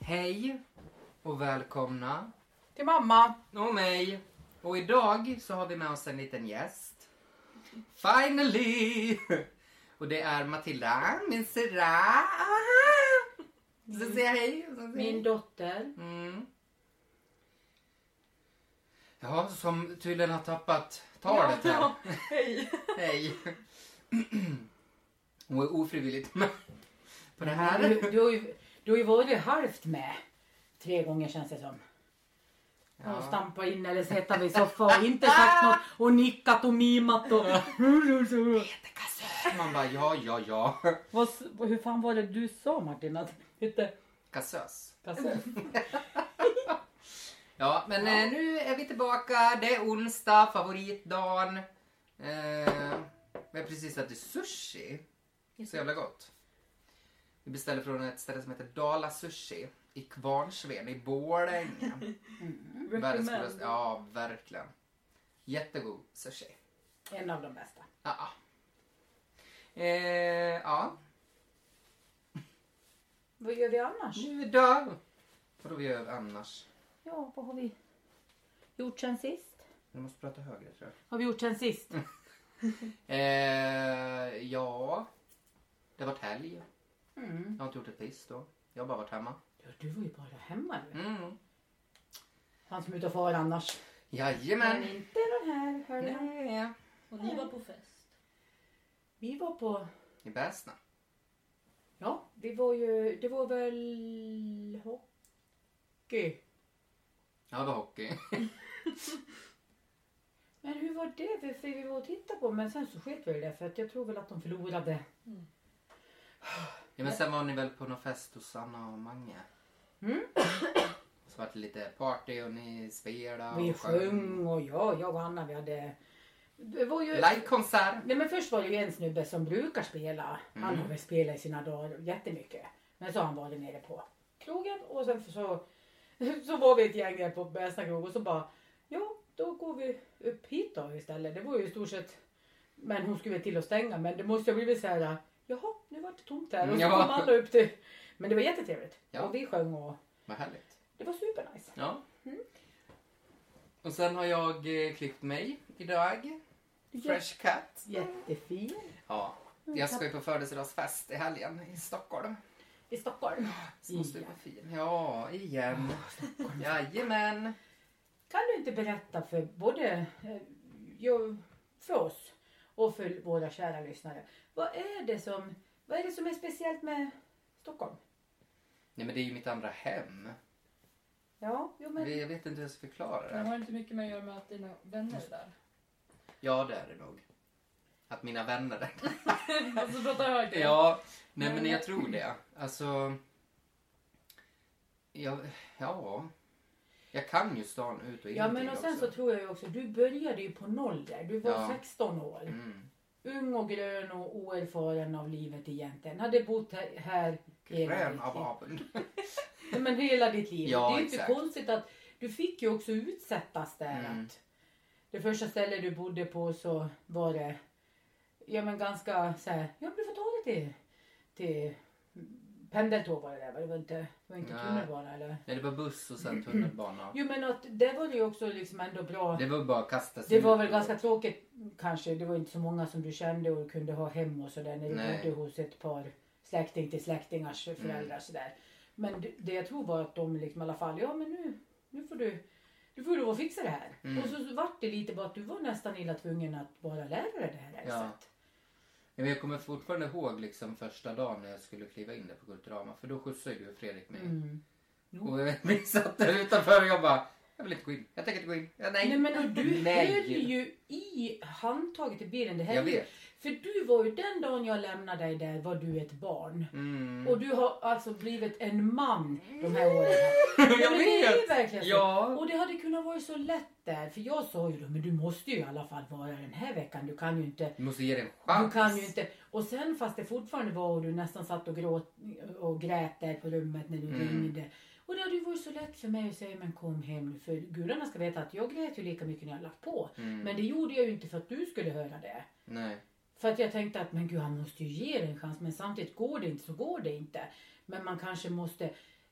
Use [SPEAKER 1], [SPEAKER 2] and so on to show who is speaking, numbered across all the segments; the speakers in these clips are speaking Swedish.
[SPEAKER 1] Hej och välkomna
[SPEAKER 2] till mamma
[SPEAKER 1] och mig. Och idag så har vi med oss en liten gäst. Finally! Och det är Matilda, min syrra. Så säger jag hej.
[SPEAKER 2] min dotter.
[SPEAKER 1] Mm. Ja, som tydligen har tappat talet här.
[SPEAKER 2] Ja, hej.
[SPEAKER 1] Hej. Hon är ofrivilligt med på det här.
[SPEAKER 2] Du har ju varit halvt med 3 gånger känns det som.
[SPEAKER 1] Ja.
[SPEAKER 2] Och stampat in eller sett vid soffan och inte sagt något och nickat och mimat och...
[SPEAKER 1] Man bara ja.
[SPEAKER 2] Hur fan var det du sa Martin att hette?
[SPEAKER 1] Kassös.
[SPEAKER 2] Kassös.
[SPEAKER 1] Ja, men nu är vi tillbaka. Det är onsdag, favoritdagen. Vi har precis ätit sushi. Så jävla gott. Vi beställde från ett ställe som heter Dala Sushi i Kvarnsveden i Borlänge.
[SPEAKER 2] Recommend.
[SPEAKER 1] Ja, verkligen. Jättegod sushi.
[SPEAKER 2] En av de bästa.
[SPEAKER 1] Ja. Ja.
[SPEAKER 2] Vad gör vi annars?
[SPEAKER 1] Nu då. Vadå gör vi annars?
[SPEAKER 2] Ja, vad har vi gjort sen sist?
[SPEAKER 1] Du måste prata högre tror jag.
[SPEAKER 2] Har vi gjort sen sist?
[SPEAKER 1] Ja. Det har varit helg. Jag har inte gjort ett piss då. Jag har bara varit hemma.
[SPEAKER 2] Ja, du var ju bara hemma nu. Han som är ute och far annars.
[SPEAKER 1] Jajamän.
[SPEAKER 2] Men inte den här, hörde jag.
[SPEAKER 1] Nej.
[SPEAKER 3] Och ni var på fest?
[SPEAKER 2] Vi var på...
[SPEAKER 1] I Bäsna.
[SPEAKER 2] Ja, det var väl hockey.
[SPEAKER 1] Ja, det var hockey.
[SPEAKER 2] Men hur var det? För vi var och tittade på, men sen så sket vi det för att jag tror väl att de förlorade.
[SPEAKER 1] Ja, men sen var ni väl på någon fest hos Anna och Mange. Så var det lite party och ni spelade.
[SPEAKER 2] Vi
[SPEAKER 1] och
[SPEAKER 2] sjöng och jag och Anna vi hade... Det var ju...
[SPEAKER 1] Live-konsert.
[SPEAKER 2] Nej men först var det ju en snubbe som brukar spela. Han har väl spelat i sina dagar jättemycket. Men så har han varit nere på krogen och sen så var vi ett gäng där på Bästa krog och så bara ja, då går vi upp hit då istället. Det var ju i stort sett, men hon skulle till att stänga, men det måste ha blivit så här, jaha, nu var det tomt här och så kom alla upp till. Men det var jättetrevligt.
[SPEAKER 1] Ja.
[SPEAKER 2] Och vi sjöng och
[SPEAKER 1] Vad härligt.
[SPEAKER 2] det var supernice.
[SPEAKER 1] Ja. Och sen har jag klippt mig idag. Fresh cut.
[SPEAKER 2] Jättefin.
[SPEAKER 1] Ja. Jag ska ju på födelsedagsfest i helgen i Stockholm.
[SPEAKER 2] I Stockholm.
[SPEAKER 1] Så måste du vara fin. Ja, igen. Jajamän.
[SPEAKER 2] Kan du inte berätta för både för oss och för våra kära lyssnare. Vad är det som är speciellt med Stockholm?
[SPEAKER 1] Nej, men det är ju mitt andra hem.
[SPEAKER 2] Ja, jo men...
[SPEAKER 1] Jag vet inte hur jag ska förklara
[SPEAKER 3] Det
[SPEAKER 1] det.
[SPEAKER 3] har inte mycket med att göra med att dina vänner är där.
[SPEAKER 1] Ja, det är det nog. Att mina vänner är
[SPEAKER 3] Alltså prata högre.
[SPEAKER 1] Ja, nej men jag tror det. Alltså... Ja. Jag kan ju stan ut och in.
[SPEAKER 2] Ja men och sen
[SPEAKER 1] också.
[SPEAKER 2] så tror jag ju också, du började ju på 0 där. Du var
[SPEAKER 1] Ja.
[SPEAKER 2] 16 år. Ung och grön och oerfaren av livet egentligen. Hade bott här hela
[SPEAKER 1] Grön
[SPEAKER 2] ditt
[SPEAKER 1] av
[SPEAKER 2] liv.
[SPEAKER 1] aveln.
[SPEAKER 2] Nej, men hela ditt liv.
[SPEAKER 1] Ja,
[SPEAKER 2] det är ju inte
[SPEAKER 1] exakt.
[SPEAKER 2] konstigt att du fick ju också utsättas där. Att det första stället du bodde på så var det ganska så här, ja du får ta det till pendeltåg var det där. Det var inte tunnelbana eller?
[SPEAKER 1] Nej, det var buss och sen tunnelbana.
[SPEAKER 2] Jo men att det var ju också liksom ändå bra.
[SPEAKER 1] Det var bara att kasta sig
[SPEAKER 2] Det var
[SPEAKER 1] ut
[SPEAKER 2] väl
[SPEAKER 1] och-
[SPEAKER 2] ganska tråkigt kanske. Det var inte så många som du kände och kunde ha hem och sådär. När du
[SPEAKER 1] Nej.
[SPEAKER 2] bodde hos ett par släkting till släktingars föräldrar sådär. Men det jag tror var att de liksom i alla fall, ja men nu får du vara och fixa det här. Och så vart det lite bara att du var nästan illa tvungen att bara lära dig det här
[SPEAKER 1] Ja.
[SPEAKER 2] racet.
[SPEAKER 1] Ja, men jag kommer fortfarande ihåg liksom första dagen när jag skulle kliva in där på Kulturama. För då skjutsade ju Fredrik mig. Och vi satt där utanför och jag bara, jag vill inte gå in. Jag tänker inte gå in. Ja, nej.
[SPEAKER 2] Nej men och du
[SPEAKER 1] Nej.
[SPEAKER 2] höll ju i handtaget i bilen. Det här
[SPEAKER 1] Jag
[SPEAKER 2] är ju-
[SPEAKER 1] vet.
[SPEAKER 2] För du var ju den dagen jag lämnade dig där var du ett barn. Och du har alltså blivit en man de här åren.
[SPEAKER 1] Jag
[SPEAKER 2] men det är
[SPEAKER 1] vet.
[SPEAKER 2] verkligen så.
[SPEAKER 1] Ja.
[SPEAKER 2] Och det hade kunnat vara så lätt där. För jag sa ju då, men du måste ju i alla fall vara den här veckan. Du kan ju inte.
[SPEAKER 1] Du måste ge det en chans.
[SPEAKER 2] Du kan ju inte. Och sen fast det fortfarande var och du nästan satt och grät där på rummet när du ringde. Och det hade ju varit så lätt för mig att säga, men kom hem nu. För gudarna ska veta att jag grät ju lika mycket när jag lagt på. Men det gjorde jag ju inte för att du skulle höra det.
[SPEAKER 1] Nej.
[SPEAKER 2] För att jag tänkte att men gud han måste ju ge det en chans. Men samtidigt går det inte så går det inte. Men man kanske måste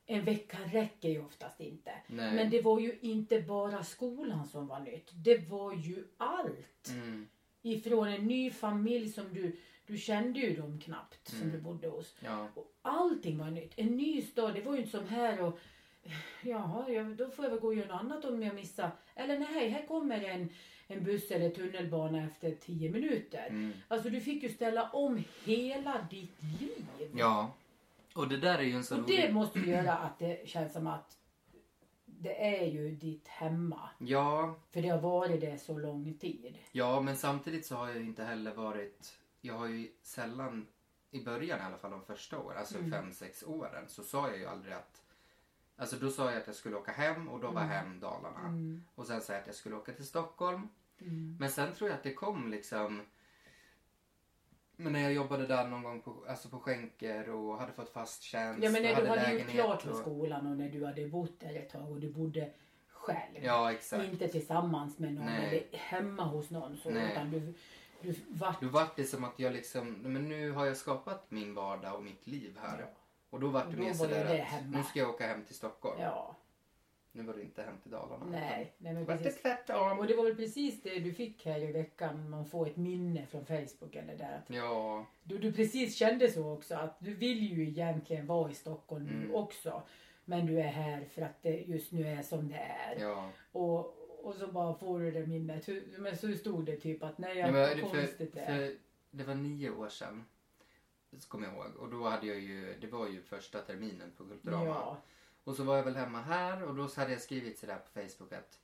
[SPEAKER 2] en vecka räcker ju oftast inte.
[SPEAKER 1] Nej.
[SPEAKER 2] Men det var ju inte bara skolan som var nytt. Det var ju allt. Ifrån en ny familj som du kände ju dem knappt som du bodde hos.
[SPEAKER 1] Ja.
[SPEAKER 2] Och allting var nytt. En ny stad, det var ju inte som här och då får jag väl gå och göra något annat om jag missar. Eller nej, här kommer en buss eller tunnelbana efter 10 minuter. Alltså du fick ju ställa om hela ditt liv.
[SPEAKER 1] Ja. Och det där är ju en så
[SPEAKER 2] och det måste ju göra att det känns som att det är ju ditt hemma.
[SPEAKER 1] Ja.
[SPEAKER 2] För det har varit det så lång tid.
[SPEAKER 1] Ja, men samtidigt så har jag ju inte heller varit... Jag har ju sällan, i början i alla fall de första åren, alltså 5-6 åren, så sa jag ju aldrig att... Alltså då sa jag att jag skulle åka hem och då var hem Dalarna. Och sen sa jag att jag skulle åka till Stockholm. Men sen tror jag att det kom liksom... Men när jag jobbade där någon gång på skänker och hade fått fast tjänst.
[SPEAKER 2] Ja, men när du hade
[SPEAKER 1] gjort
[SPEAKER 2] klart med skolan och när du hade bott där ett tag och du bodde själv.
[SPEAKER 1] Ja, exakt.
[SPEAKER 2] Inte tillsammans med någon
[SPEAKER 1] Nej.
[SPEAKER 2] eller hemma hos någon. Så, utan du vart...
[SPEAKER 1] Då vart det som att jag liksom, men nu har jag skapat min vardag och mitt liv här.
[SPEAKER 2] Ja.
[SPEAKER 1] Och då vart det
[SPEAKER 2] Då
[SPEAKER 1] mer
[SPEAKER 2] var
[SPEAKER 1] sådär
[SPEAKER 2] det
[SPEAKER 1] att
[SPEAKER 2] hemma.
[SPEAKER 1] nu ska jag åka hem till Stockholm.
[SPEAKER 2] Ja.
[SPEAKER 1] Nu var det inte hem till Dalarna.
[SPEAKER 2] Nej men
[SPEAKER 1] Vart det
[SPEAKER 2] precis.
[SPEAKER 1] tvärtom.
[SPEAKER 2] Och det var väl precis det du fick här i veckan. Man får ett minne från Facebook eller där. Att
[SPEAKER 1] Ja.
[SPEAKER 2] du precis kände så också. Att du vill ju egentligen vara i Stockholm nu också. Men du är här för att det just nu är som det är.
[SPEAKER 1] Ja.
[SPEAKER 2] Och så bara får du det minnet. Men så stod det typ att nej,
[SPEAKER 1] Ja,
[SPEAKER 2] vad konstigt det är.
[SPEAKER 1] för det var 9 år sedan. Så kommer jag ihåg. Och då hade jag ju, det var ju första terminen på Kulturama.
[SPEAKER 2] Ja.
[SPEAKER 1] Och så var jag väl hemma här och då hade jag skrivit sådär på Facebook att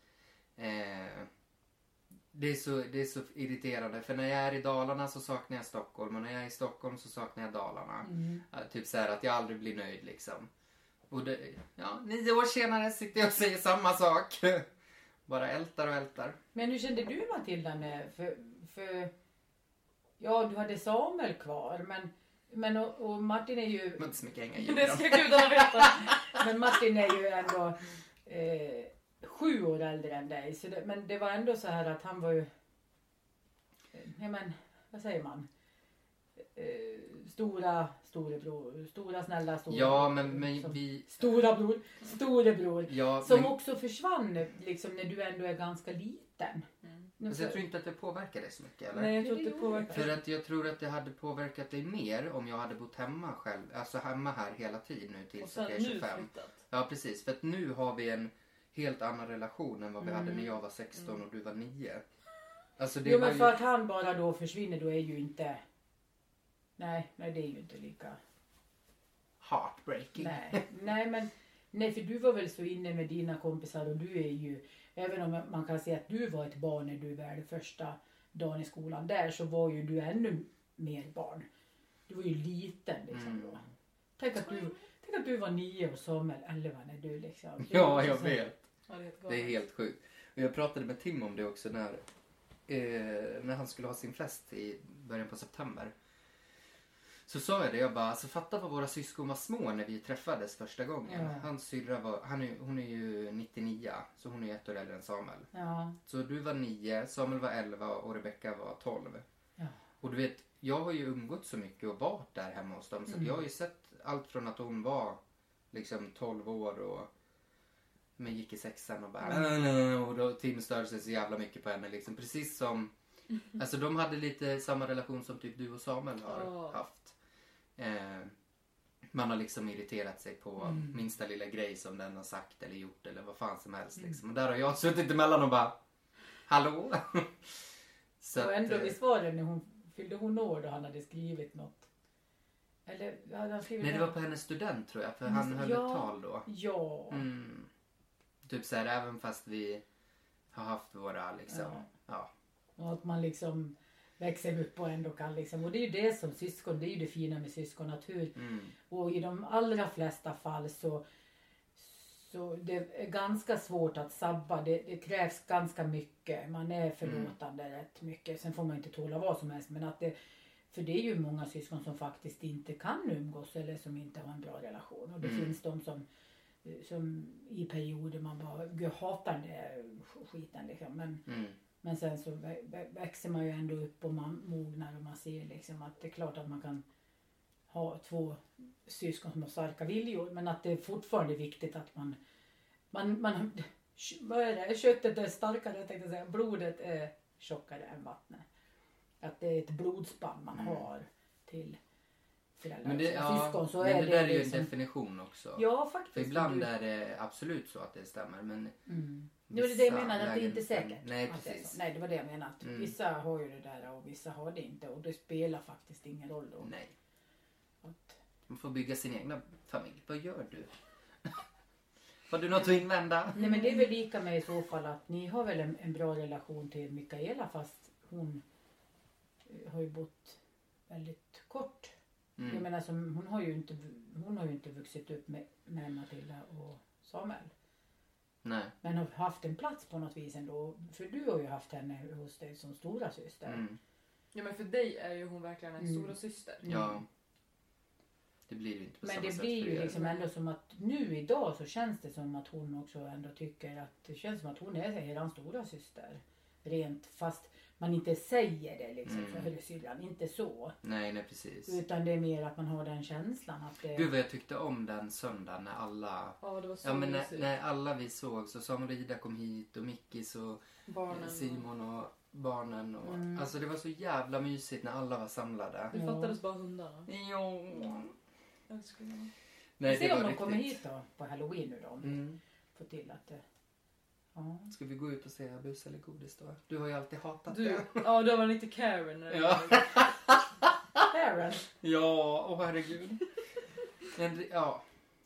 [SPEAKER 1] det är så irriterande för när jag är i Dalarna så saknar jag Stockholm och när jag är i Stockholm så saknar jag Dalarna. Typ såhär att jag aldrig blir nöjd liksom. Och 9 år senare sitter jag och säger samma sak. Bara ältar och ältar.
[SPEAKER 2] Men hur kände du Matilda för ja, du hade Samuel kvar men och Martin är ju...
[SPEAKER 1] Men inte så mycket
[SPEAKER 3] Det
[SPEAKER 1] hänga
[SPEAKER 3] ska gudarna veta.
[SPEAKER 2] Men Martin är ju ändå 7 år äldre än dig. Så men det var ändå så här att han var ju... Ja men, vad säger man? Storebror. Stora snälla storebror.
[SPEAKER 1] Ja, men vi...
[SPEAKER 2] Storebror.
[SPEAKER 1] Ja,
[SPEAKER 2] som
[SPEAKER 1] men...
[SPEAKER 2] också försvann liksom när du ändå är ganska liten.
[SPEAKER 1] Alltså, jag tror inte att det påverkar dig så mycket, eller?
[SPEAKER 2] Nej, jag tror inte det påverkar.
[SPEAKER 1] För att jag tror att det hade påverkat dig mer om jag hade bott hemma själv. Alltså hemma här hela tiden nu
[SPEAKER 3] Och
[SPEAKER 1] tills
[SPEAKER 3] sen
[SPEAKER 1] jag är
[SPEAKER 3] nu
[SPEAKER 1] 25.
[SPEAKER 3] flyttat.
[SPEAKER 1] Ja, precis. För att nu har vi en helt annan relation än vad vi hade när jag var 16 och du var 9. Alltså det
[SPEAKER 2] Jo
[SPEAKER 1] var
[SPEAKER 2] men
[SPEAKER 1] ju...
[SPEAKER 2] för att han bara då försvinner då är ju inte... Nej det är ju inte lika...
[SPEAKER 1] Heartbreaking.
[SPEAKER 2] Nej för du var väl så inne med dina kompisar och du är ju... Även om man kan säga att du var ett barn när du var första dagen i skolan där så var ju du ännu mer barn. Du var ju liten liksom då. Tänk att du var 9 och Samuel 11 när du liksom...
[SPEAKER 1] Ja, jag vet.
[SPEAKER 3] Ja,
[SPEAKER 1] Det är helt sjukt. Och jag pratade med Tim om det också när han skulle ha sin fest i början på september. Så sa jag det, jag bara, alltså fatta vad våra syskon var små när vi träffades första gången.
[SPEAKER 2] Ja.
[SPEAKER 1] Hans syrra var, hon är ju 99, så hon är 1 år äldre än Samuel.
[SPEAKER 2] Ja.
[SPEAKER 1] Så du var 9, Samuel var 11 och Rebecca var 12.
[SPEAKER 2] Ja.
[SPEAKER 1] Och du vet, jag har ju umgått så mycket och varit där hemma hos dem. Så att jag har ju sett allt från att hon var liksom 12 år och men gick i 6:an och bara och då Tim störde sig så jävla mycket på henne liksom. Precis som, alltså de hade lite samma relation som typ du och Samuel har haft. Man har liksom irriterat sig på minsta lilla grej som den har sagt eller gjort eller vad fan som helst liksom. Och där har jag suttit emellan och bara hallå? Så
[SPEAKER 2] och ändå
[SPEAKER 1] att,
[SPEAKER 2] visst var det när fyllde hon år då han hade skrivit något? Eller hade han skrivit
[SPEAKER 1] nej, det var på hennes student tror jag. För han höll ett tal då.
[SPEAKER 2] Ja.
[SPEAKER 1] Typ såhär, även fast vi har haft våra liksom. Ja.
[SPEAKER 2] Och att man liksom växer upp och ändå kan liksom. Och det är ju det som syskon, det är ju det fina med syskon. Att och i de allra flesta fall så det är ganska svårt att sabba. Det krävs ganska mycket. Man är förlåtande rätt mycket. Sen får man inte tåla vad som helst. Men att för det är ju många syskon som faktiskt inte kan umgås eller som inte har en bra relation. Och det finns de som i perioder man bara hatar den skiten liksom. Men sen så växer man ju ändå upp och man mognar och man ser liksom att det är klart att man kan ha 2 syskon som har starka viljor. Men att det är fortfarande viktigt att man vad är det? Köttet är starkare, jag tänkte säga. Blodet är tjockare än vattnet. Att det är ett blodspann man har till föräldrar
[SPEAKER 1] Men det,
[SPEAKER 2] och syskon. Så
[SPEAKER 1] men
[SPEAKER 2] är
[SPEAKER 1] det där är ju
[SPEAKER 2] liksom...
[SPEAKER 1] en definition också.
[SPEAKER 2] Ja, faktiskt.
[SPEAKER 1] För ibland är det absolut så att det stämmer. Men
[SPEAKER 2] Det var det jag menade, att det inte är säkert.
[SPEAKER 1] Nej,
[SPEAKER 2] att det är
[SPEAKER 1] precis.
[SPEAKER 2] så. Nej, det var det jag menade. Att vissa har ju det där och vissa har det inte. Och det spelar faktiskt ingen roll då.
[SPEAKER 1] Nej.
[SPEAKER 2] Att...
[SPEAKER 1] Man får bygga sin egna familj. Vad gör du? Har du något att invända?
[SPEAKER 2] Nej, men det är väl lika med i så fall att ni har väl en bra relation till Mikaela, fast hon har ju bott väldigt kort. Jag menar, hon har ju inte vuxit upp med Matilda och Samuel.
[SPEAKER 1] Nej.
[SPEAKER 2] Men har haft en plats på något vis ändå. För du har ju haft henne hos dig som stora syster.
[SPEAKER 3] Ja, men för dig är ju hon verkligen en stora syster.
[SPEAKER 1] Ja. Det blir ju inte på
[SPEAKER 2] Men
[SPEAKER 1] samma
[SPEAKER 2] det
[SPEAKER 1] sätt
[SPEAKER 2] blir
[SPEAKER 1] för
[SPEAKER 2] ju
[SPEAKER 1] er.
[SPEAKER 2] liksom ändå som att nu idag så känns det som att hon också ändå tycker att det känns som att hon är eran stora syster. Rent fast man inte säger det liksom för syrran, inte så.
[SPEAKER 1] Nej, precis.
[SPEAKER 2] Utan det är mer att man har den känslan att det...
[SPEAKER 1] Gud vad jag tyckte om den söndagen när alla...
[SPEAKER 3] Ja, det var så
[SPEAKER 1] Ja, men
[SPEAKER 3] mysigt.
[SPEAKER 1] när alla vi såg, så Samuel kom hit och Mickis och
[SPEAKER 3] Barnen.
[SPEAKER 1] Simon och barnen. Och, alltså det var så jävla mysigt när alla var samlade.
[SPEAKER 3] Det fattades bara hundarna.
[SPEAKER 1] Ja.
[SPEAKER 3] Älsklingarna.
[SPEAKER 1] Nej,
[SPEAKER 2] Se
[SPEAKER 1] det
[SPEAKER 2] om
[SPEAKER 1] var
[SPEAKER 2] de kommer
[SPEAKER 1] riktigt.
[SPEAKER 2] hit då på Halloween nu då. Få till att det... Ja.
[SPEAKER 1] Ska vi gå ut och säga bus eller godis då? Du har ju alltid hatat
[SPEAKER 3] Du,
[SPEAKER 1] det.
[SPEAKER 3] ja, då var lite Karen.
[SPEAKER 1] Ja.
[SPEAKER 2] Karen.
[SPEAKER 1] Ja, åh herregud. Men, ja.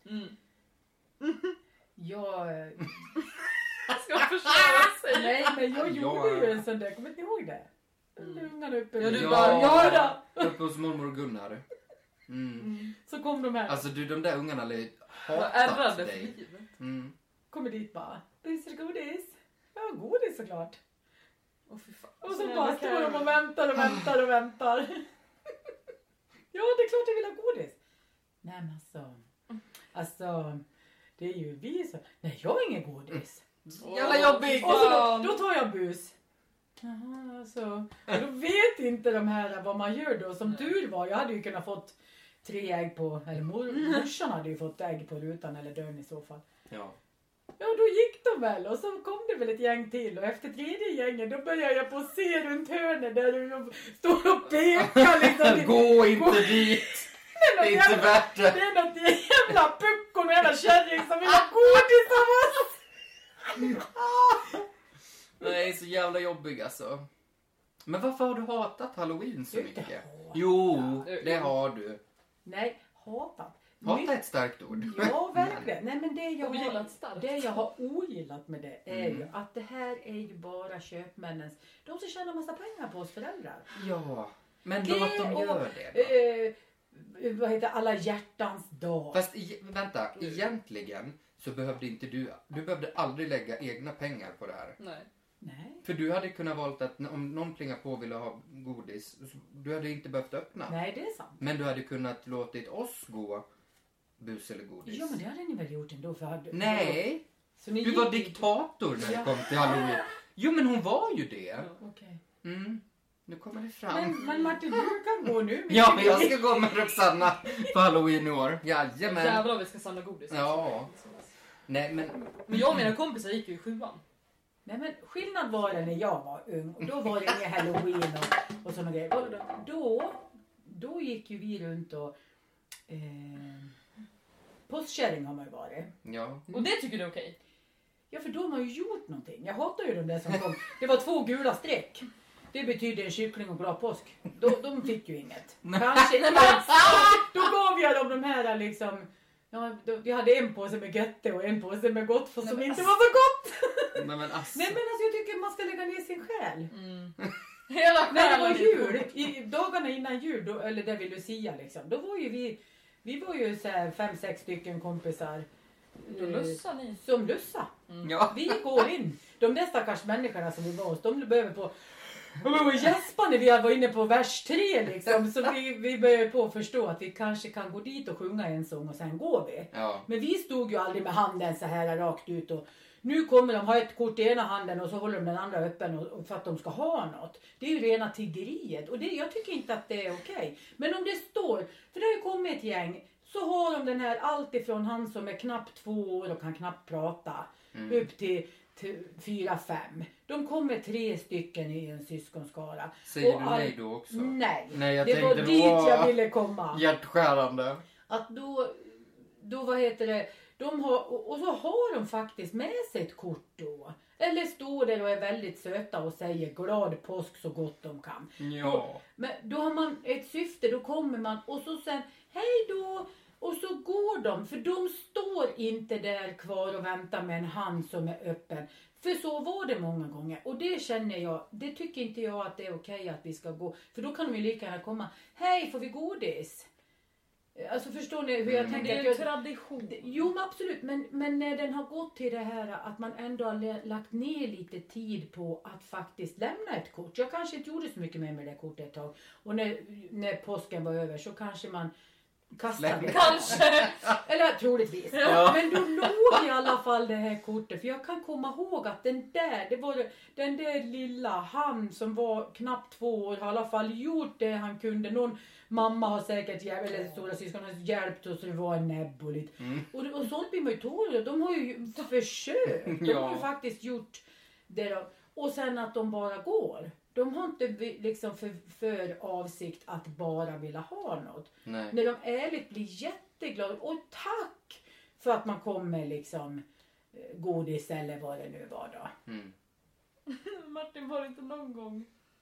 [SPEAKER 2] Jag...
[SPEAKER 3] Ska försvara sig.
[SPEAKER 2] Nej, men jag
[SPEAKER 1] Ja.
[SPEAKER 2] gjorde ju en sån där. Kommer inte ihåg det? Ungarna uppe.
[SPEAKER 3] Ja, du
[SPEAKER 1] Ja.
[SPEAKER 3] bara, ja då.
[SPEAKER 1] Uppe hos mormor Gunnar.
[SPEAKER 2] Så kom de här.
[SPEAKER 1] Alltså du, de där ungarna har ju
[SPEAKER 3] Jag var
[SPEAKER 1] hatat
[SPEAKER 3] ärrade för
[SPEAKER 1] dig.
[SPEAKER 3] livet.
[SPEAKER 2] Kommer dit bara. Bus eller godis? Ja, godis såklart.
[SPEAKER 3] Åh, fy fan.
[SPEAKER 2] Och så bara står de och väntar och väntar och väntar. Ja, det är klart jag vill ha godis. Nej, men alltså, det är ju vi som... Nej, jag har ingen godis.
[SPEAKER 1] Jävla jobbigt!
[SPEAKER 2] Och så då tar jag bus. Jaha, alltså. Och då vet inte de här vad man gör då. Som tur var, jag hade ju kunnat fått 3 ägg på... Eller morsan hade ju fått ägg på rutan eller dörren i så fall.
[SPEAKER 1] Ja.
[SPEAKER 2] Ja, då gick de väl och så kom det väl ett gäng till och efter 3:e gängen då började jag på att se runt hörnet där de står och pekar liksom.
[SPEAKER 1] Gå inte dit! Det är inte värt
[SPEAKER 2] Det
[SPEAKER 1] det.
[SPEAKER 2] är något jävla puckon och jävla kärring som vill ha godis av oss.
[SPEAKER 1] Nej, så jävla jobbig alltså. Men varför har du hatat Halloween så
[SPEAKER 2] Inte
[SPEAKER 1] mycket?
[SPEAKER 2] hatat.
[SPEAKER 1] Jo, det har du.
[SPEAKER 2] Nej, hatat.
[SPEAKER 1] Hata är ett starkt ord.
[SPEAKER 2] Ja, verkligen. Nej, men
[SPEAKER 3] Ogillat starkt.
[SPEAKER 2] det jag har ogillat med det är ju att det här är ju bara köpmännens... De som tjänar massa pengar på oss föräldrar.
[SPEAKER 1] Ja, men
[SPEAKER 2] Det
[SPEAKER 1] låt dem
[SPEAKER 2] och,
[SPEAKER 1] göra det då.
[SPEAKER 2] Vad heter alla hjärtans dag?
[SPEAKER 1] Fast vänta, egentligen så behövde inte du behövde aldrig lägga egna pengar på det här.
[SPEAKER 3] Nej.
[SPEAKER 2] Nej.
[SPEAKER 1] För du hade kunnat valt att om någon plingar på och ville ha godis, du hade inte behövt öppna.
[SPEAKER 2] Nej, det är sant.
[SPEAKER 1] Men du hade kunnat låtit oss gå bus eller godis.
[SPEAKER 2] Ja, men det hade ni väl gjort ändå för...
[SPEAKER 1] Nej,
[SPEAKER 2] Så ni
[SPEAKER 1] du var
[SPEAKER 2] gick-
[SPEAKER 1] diktator när
[SPEAKER 2] Ja.
[SPEAKER 1] det kom till Halloween. Jo, men hon var ju det.
[SPEAKER 2] Okej.
[SPEAKER 1] Nu kommer det fram.
[SPEAKER 2] Men Martin, du kan gå nu.
[SPEAKER 1] Ja, men jag ska gå med Roxanna på Halloween i år. Jajamän.
[SPEAKER 3] Jävlar vad vi ska samla godis.
[SPEAKER 1] Ja. Nej, men...
[SPEAKER 3] Men jag och mina kompisar gick ju i 7:an.
[SPEAKER 2] Nej, men skillnad var det när jag var ung. Och då var det mer Halloween och såna grejer. Och då gick ju vi runt och... Postkärring har man ju varit.
[SPEAKER 1] Ja.
[SPEAKER 3] Och det tycker du är okej?
[SPEAKER 2] Ja, för då har man ju gjort någonting. Jag hatar ju de där som kom. Det var 2 gula streck. Det betyder en kyckling och glad påsk. De fick ju inget. Kanske. Då gav jag dem de här liksom... Ja, jag hade en påse med götte och en påse med gott för som inte var så gott.
[SPEAKER 1] Men alltså.
[SPEAKER 2] Nej, men alltså jag tycker man ska lägga ner sin själ.
[SPEAKER 3] Hela
[SPEAKER 2] När det var
[SPEAKER 3] själen.
[SPEAKER 2] jul, i dagarna innan jul, då, eller där vid Lucia liksom, då var ju vi var ju så här 5-6 stycken kompisar.
[SPEAKER 3] Då lussar ni.
[SPEAKER 2] Som lussa.
[SPEAKER 1] Ja.
[SPEAKER 2] Vi går in. De där stackars människorna som vi var hos, de behöver på... Och gäspa när vi var inne på vers 3 liksom. Så vi började på att förstå att vi kanske kan gå dit och sjunga en sång och sen går vi.
[SPEAKER 1] Ja.
[SPEAKER 2] Men vi stod ju aldrig med handen så här rakt ut och... Nu kommer de ha ett kort i ena handen och så håller de den andra öppen för att de ska ha något. Det är ju rena tiggeriet. Och jag tycker inte att det är okej. Men om det står, för det har ju kommit ett gäng, så har de den här allt ifrån han som är knappt 2 år och kan knappt prata. Upp till 4-5. De kommer 3 stycken i en syskonskara.
[SPEAKER 1] Säger du nej då också?
[SPEAKER 2] Nej,
[SPEAKER 1] jag
[SPEAKER 2] det var dit jag ville komma.
[SPEAKER 1] Hjärtskärande.
[SPEAKER 2] Att då vad heter det, de har, och så har de faktiskt med sig ett kort då. Eller står där och är väldigt söta och säger glad påsk så gott de kan.
[SPEAKER 1] Ja.
[SPEAKER 2] Men då har man ett syfte, då kommer man och så sen hej då. Och så går de, för de står inte där kvar och väntar med en hand som är öppen. För så var det många gånger. Och det känner jag, det tycker inte jag att det är okej att vi ska gå. För då kan de ju lika gärna komma, hej får vi godis? Alltså förstår ni hur jag tänker?
[SPEAKER 3] Det är ju en tradition.
[SPEAKER 2] Jo men absolut, men när den har gått till det här att man ändå har lagt ner lite tid på att faktiskt lämna ett kort. Jag kanske inte gjorde så mycket med det kortet ett tag. Och när påsken var över så kanske man kastade.
[SPEAKER 3] Kanske.
[SPEAKER 2] Eller troligtvis.
[SPEAKER 1] Ja.
[SPEAKER 2] Men då låg i alla fall det här kortet. För jag kan komma ihåg att den där lilla han som var knappt 2 år har i alla fall gjort det han kunde. Någon mamma har säkert eller stora syskon har hjälpt oss så det var en näbb och lite. Och sånt blir man ju tålig. De har ju försökt. De har ju faktiskt gjort det då. Och sen att de bara går. De har inte liksom för avsikt att bara vilja ha något.
[SPEAKER 1] Nej.
[SPEAKER 2] När de ärligt blir jätteglada. Och tack för att man kommer liksom godis eller vad det nu var då.
[SPEAKER 3] Martin, var det inte någon gång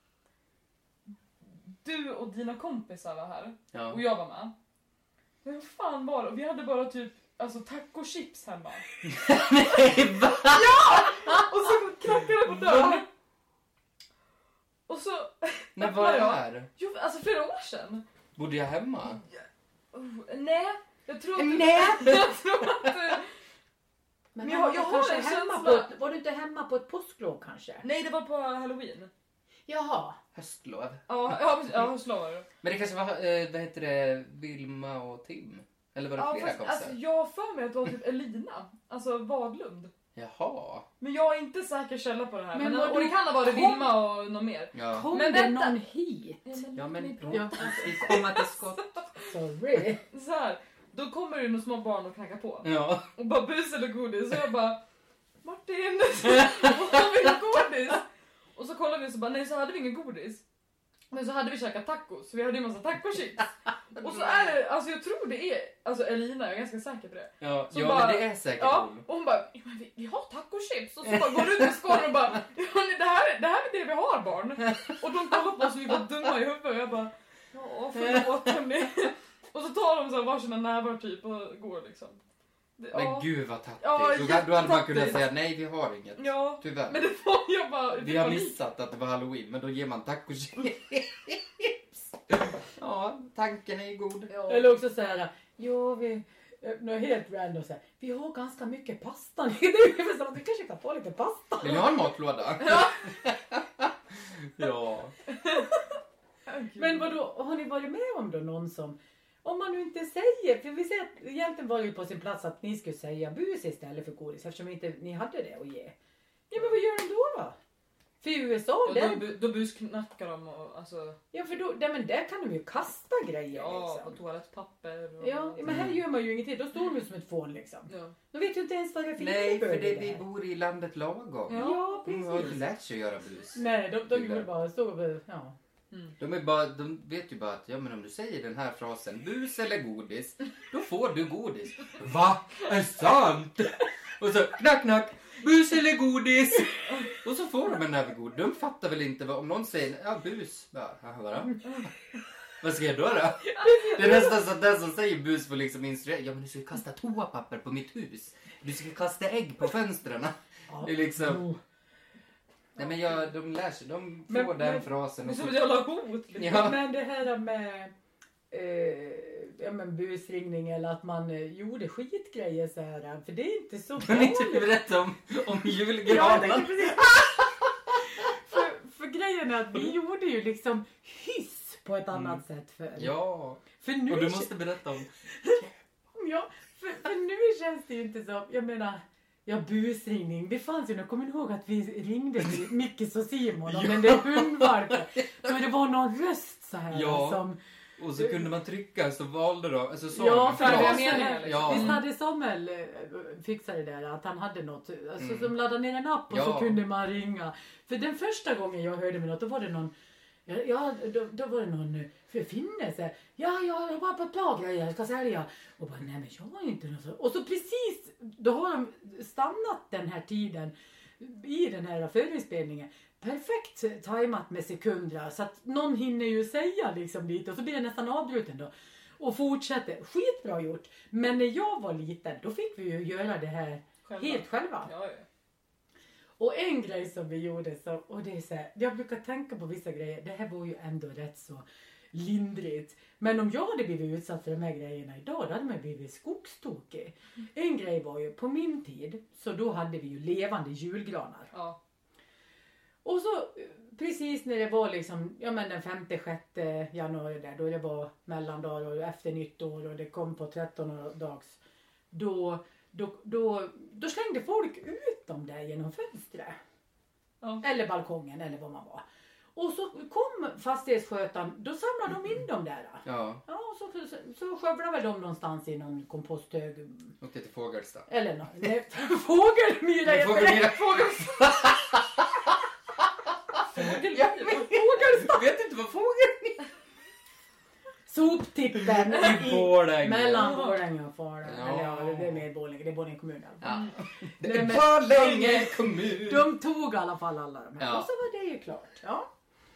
[SPEAKER 3] du och dina kompisar var här och jag var med? Men vad fan var det? Vi hade bara typ tacochips hemma.
[SPEAKER 1] Nej, va?
[SPEAKER 3] Ja! Och så knackade det på dörren. Och så
[SPEAKER 1] När var det här?
[SPEAKER 3] Jo, alltså flera år sedan.
[SPEAKER 1] Bodde jag hemma?
[SPEAKER 3] Nej, jag tror att...
[SPEAKER 2] Nej!
[SPEAKER 3] Jag tror att...
[SPEAKER 2] Men
[SPEAKER 3] jag har en känsla...
[SPEAKER 2] Var du inte hemma på ett påsklov kanske?
[SPEAKER 3] Nej, det var på Halloween.
[SPEAKER 2] Jaha.
[SPEAKER 1] Höstlov.
[SPEAKER 3] Ja, höstlov var det.
[SPEAKER 1] Men det kanske var, vad heter det, Vilma och Tim? Eller var det flera kompisar?
[SPEAKER 3] Alltså, jag har för mig att det var typ Elina. Alltså Vadlund.
[SPEAKER 1] Jaha.
[SPEAKER 3] Men jag är inte säker källa på det här. Men
[SPEAKER 2] och
[SPEAKER 3] det kan ha varit Vilma och någon mer.
[SPEAKER 1] Ja.
[SPEAKER 2] Kom
[SPEAKER 3] Men
[SPEAKER 2] det
[SPEAKER 3] vänta.
[SPEAKER 2] någon hit?
[SPEAKER 1] Ja, men
[SPEAKER 2] Ja.
[SPEAKER 1] vi kommer till skott.
[SPEAKER 2] Sorry.
[SPEAKER 3] Så här, då kommer det några små barn och knackar på.
[SPEAKER 1] Ja.
[SPEAKER 3] Och bara bus eller godis. Och jag bara, Martin, har vi godis? Och så kollade vi och så bara, nej så hade vi ingen godis. Men så hade vi käkat tacos. Så vi hade ju en massa tacochips. Och så är det, alltså jag tror det är, alltså Elina, jag är ganska säker på det.
[SPEAKER 1] Ja,
[SPEAKER 3] Så
[SPEAKER 1] ja
[SPEAKER 3] bara,
[SPEAKER 1] men det är säkert
[SPEAKER 3] ja,
[SPEAKER 1] hon.
[SPEAKER 3] och hon bara, ja, men vi har tacochips. Och så bara går ut med skålen och bara, det här är det vi har barn. Och de kollar på oss och vi var dumma i huvudet. Och jag bara, ja förlåt hörni. Och så tar de så här varsina nävar typ och går liksom.
[SPEAKER 1] Men gud vad tattigt.
[SPEAKER 3] Ja,
[SPEAKER 1] Då hade man kunnat
[SPEAKER 3] jättetattigt.
[SPEAKER 1] säga nej vi har inget.
[SPEAKER 3] Ja,
[SPEAKER 1] Tyvärr.
[SPEAKER 3] men det var jag bara...
[SPEAKER 1] Vi har missat att det var Halloween, men då ger man tacochips. Ja, tanken är ju god.
[SPEAKER 2] Ja. Eller också så här, ja vi... Något helt random så här, vi har ganska mycket pasta. Det är så att du kanske kan få lite pasta.
[SPEAKER 1] Vill ni ha en matlåda? Ja.
[SPEAKER 2] Men vadå, har ni varit med om då någon som... Om man nu inte säger, för vi säger att egentligen var det på sin plats att ni skulle säga bus istället för godis eftersom inte ni hade det att ge. Ja men vad gör de då? För i USA,
[SPEAKER 3] Då busknackar de och alltså...
[SPEAKER 2] Ja för då, men där kan de ju kasta grejer
[SPEAKER 3] Ja,
[SPEAKER 2] liksom.
[SPEAKER 3] på toalettpapper och...
[SPEAKER 2] Ja, men här gör man ju ingenting. Då står de ju som ett fån liksom.
[SPEAKER 3] Ja.
[SPEAKER 2] De vet ju inte ens vad det är för
[SPEAKER 1] Nej, för
[SPEAKER 2] innebörd i
[SPEAKER 1] det, vi bor i landet lagom.
[SPEAKER 2] Ja,
[SPEAKER 1] De har inte
[SPEAKER 2] precis.
[SPEAKER 1] lärt sig att göra bus.
[SPEAKER 2] Nej, de gjorde bara så, ja.
[SPEAKER 1] De vet ju bara att ja, men om du säger den här frasen, bus eller godis, då får du godis. Va? Är sant? Och så knack knack, bus eller godis. Och så får de en näve godis. De fattar väl inte vad, om någon säger ja bus. Vad ska jag då? Det är nästan så att den som säger bus får liksom instruera. Ja men du ska kasta toapapper på mitt hus. Du ska kasta ägg på fönstren. Det är liksom... Nej men de lär sig, de får den frasen.
[SPEAKER 3] Det är som ett jävla hot. Liksom.
[SPEAKER 1] Ja.
[SPEAKER 2] Men det här med busringning eller att man gjorde skitgrejer så här. För det är inte så
[SPEAKER 1] Kan inte du berätta om julgranen?
[SPEAKER 2] för grejen är att vi gjorde ju liksom hyss på ett annat sätt förr.
[SPEAKER 1] Ja,
[SPEAKER 2] För nu
[SPEAKER 1] och du måste berätta om...
[SPEAKER 2] Ja, för nu känns det ju inte så. Jag menar, Ja, busringning. Det fanns ju, jag kommer ihåg att vi ringde till Mickis och Simon om den där hundvalpen. Så det var någon röst så här som...
[SPEAKER 1] Och så kunde man trycka så valde de. Alltså så
[SPEAKER 2] för
[SPEAKER 3] liksom.
[SPEAKER 2] Visst hade Samuel fixat det där att han hade något som laddade ner en app och så kunde man ringa. För den första gången jag hörde med något då var det någon då var det någon förfinnelse. Jag var på ett par grejer jag ska sälja. Och bara, nej men jag har inte något så. Och så precis, då har de stannat den här tiden i den här förinspelningen. Perfekt tajmat med sekunder så att någon hinner ju säga liksom lite och så blir det nästan avbruten då. Och fortsätter. Skitbra gjort. Men när jag var liten då fick vi ju göra det här helt själva.
[SPEAKER 3] Ja.
[SPEAKER 2] Och en grej som vi gjorde så, och det är så här, jag brukar tänka på vissa grejer. Det här var ju ändå rätt så lindrigt. Men om jag hade blivit utsatt för de här grejerna idag då hade man blivit skogstokig. En grej var ju på min tid så då hade vi ju levande julgranar.
[SPEAKER 3] Ja. Och
[SPEAKER 2] så precis när det var liksom, ja men den 5-6 januari där, då det var mellandagar och efter nyttår och det kom på 13 dags, då slängde folk ut dem där genom fönstret.
[SPEAKER 3] Ja.
[SPEAKER 2] Eller balkongen eller vad man var. Och så kom fastighetsskötaren, då samlade de in dem där.
[SPEAKER 1] Ja.
[SPEAKER 2] Ja, och så skövlade väl de någonstans i någon komposthög.
[SPEAKER 1] Åkte till Fågelsta.
[SPEAKER 2] Eller något. Nej, Fågelmyra.
[SPEAKER 1] Fågelmyra. Jag vet inte vad Fågelmyra.
[SPEAKER 2] Soptippen
[SPEAKER 1] i Borlänge.
[SPEAKER 2] Mellan Borlänge och Falun.
[SPEAKER 1] Ja.
[SPEAKER 2] Eller det är med Borlänge, det är Borlänge kommun i alla fall.
[SPEAKER 1] Ja. Det är Borlänge kommun.
[SPEAKER 2] De tog i alla fall alla de här.
[SPEAKER 1] Ja.
[SPEAKER 2] Och så var det ju klart. Ja.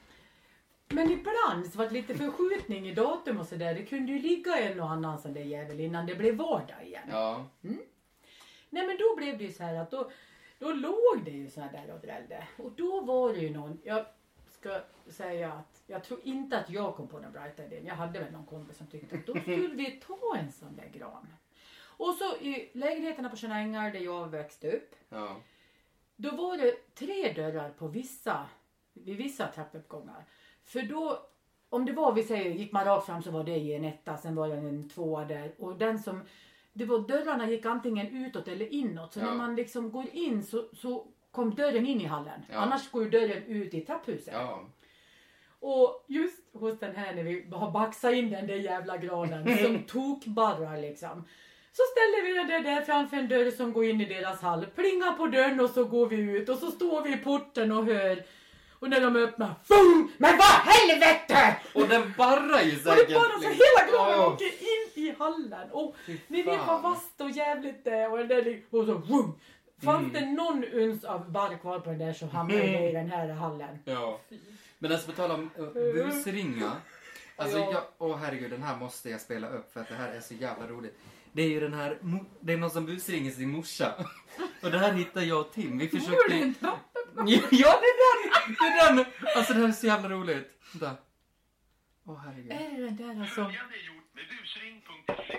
[SPEAKER 2] Men ibland så var det lite förskjutning i datum och sådär. Det kunde ju ligga en och annan sån där jävel innan det blev vardag igen.
[SPEAKER 1] Ja.
[SPEAKER 2] Nej men då blev det ju så här att då låg det ju så här där och drällde. Och då var det ju någon, jag ska säga att jag tror inte att jag kom på den brighta idén. Jag hade väl någon kompis som tyckte att då skulle vi ta en sån där gran. Och så i lägenheterna på Tjärna Ängar där jag växte upp.
[SPEAKER 1] Ja.
[SPEAKER 2] Då var det 3 dörrar på vid vissa trappuppgångar. För då, om det var, vi säger, gick man rakt fram så var det i en 1, sen var det en 2 där. Och dörrarna gick antingen utåt eller inåt. Så när man liksom går in så kom dörren in i hallen.
[SPEAKER 1] Ja.
[SPEAKER 2] Annars går dörren ut i trapphuset.
[SPEAKER 1] Ja.
[SPEAKER 2] Och just hos den här när vi har baxat in den där jävla granen som tokbarrar liksom. Så ställer vi den där framför en dörr som går in i deras hall. Plingar på dörren och så går vi ut. Och så står vi i porten och hör. Och när de öppnar, FUM! Men vad helvete!
[SPEAKER 1] Och den barrar ju säkert.
[SPEAKER 2] Och det barrar så hela granen åker in i hallen. Och ni vet vad vast och jävligt det är. Och, och så VUM! Fanns det någon uns av barr kvar på den där så hamnade det i den här hallen.
[SPEAKER 1] Ja. Men alltså på tal om busringa. Alltså herregud, den här måste jag spela upp för att det här är så jävla roligt. Det är ju den här, det är någon som busringer sin morsa. Och det här hittar jag och Tim. Vi försökte... Ja, det är den! Alltså det här är så jävla roligt. Vänta. Herregud.
[SPEAKER 2] Är det den där alltså?
[SPEAKER 4] Följande är gjort med busring.se.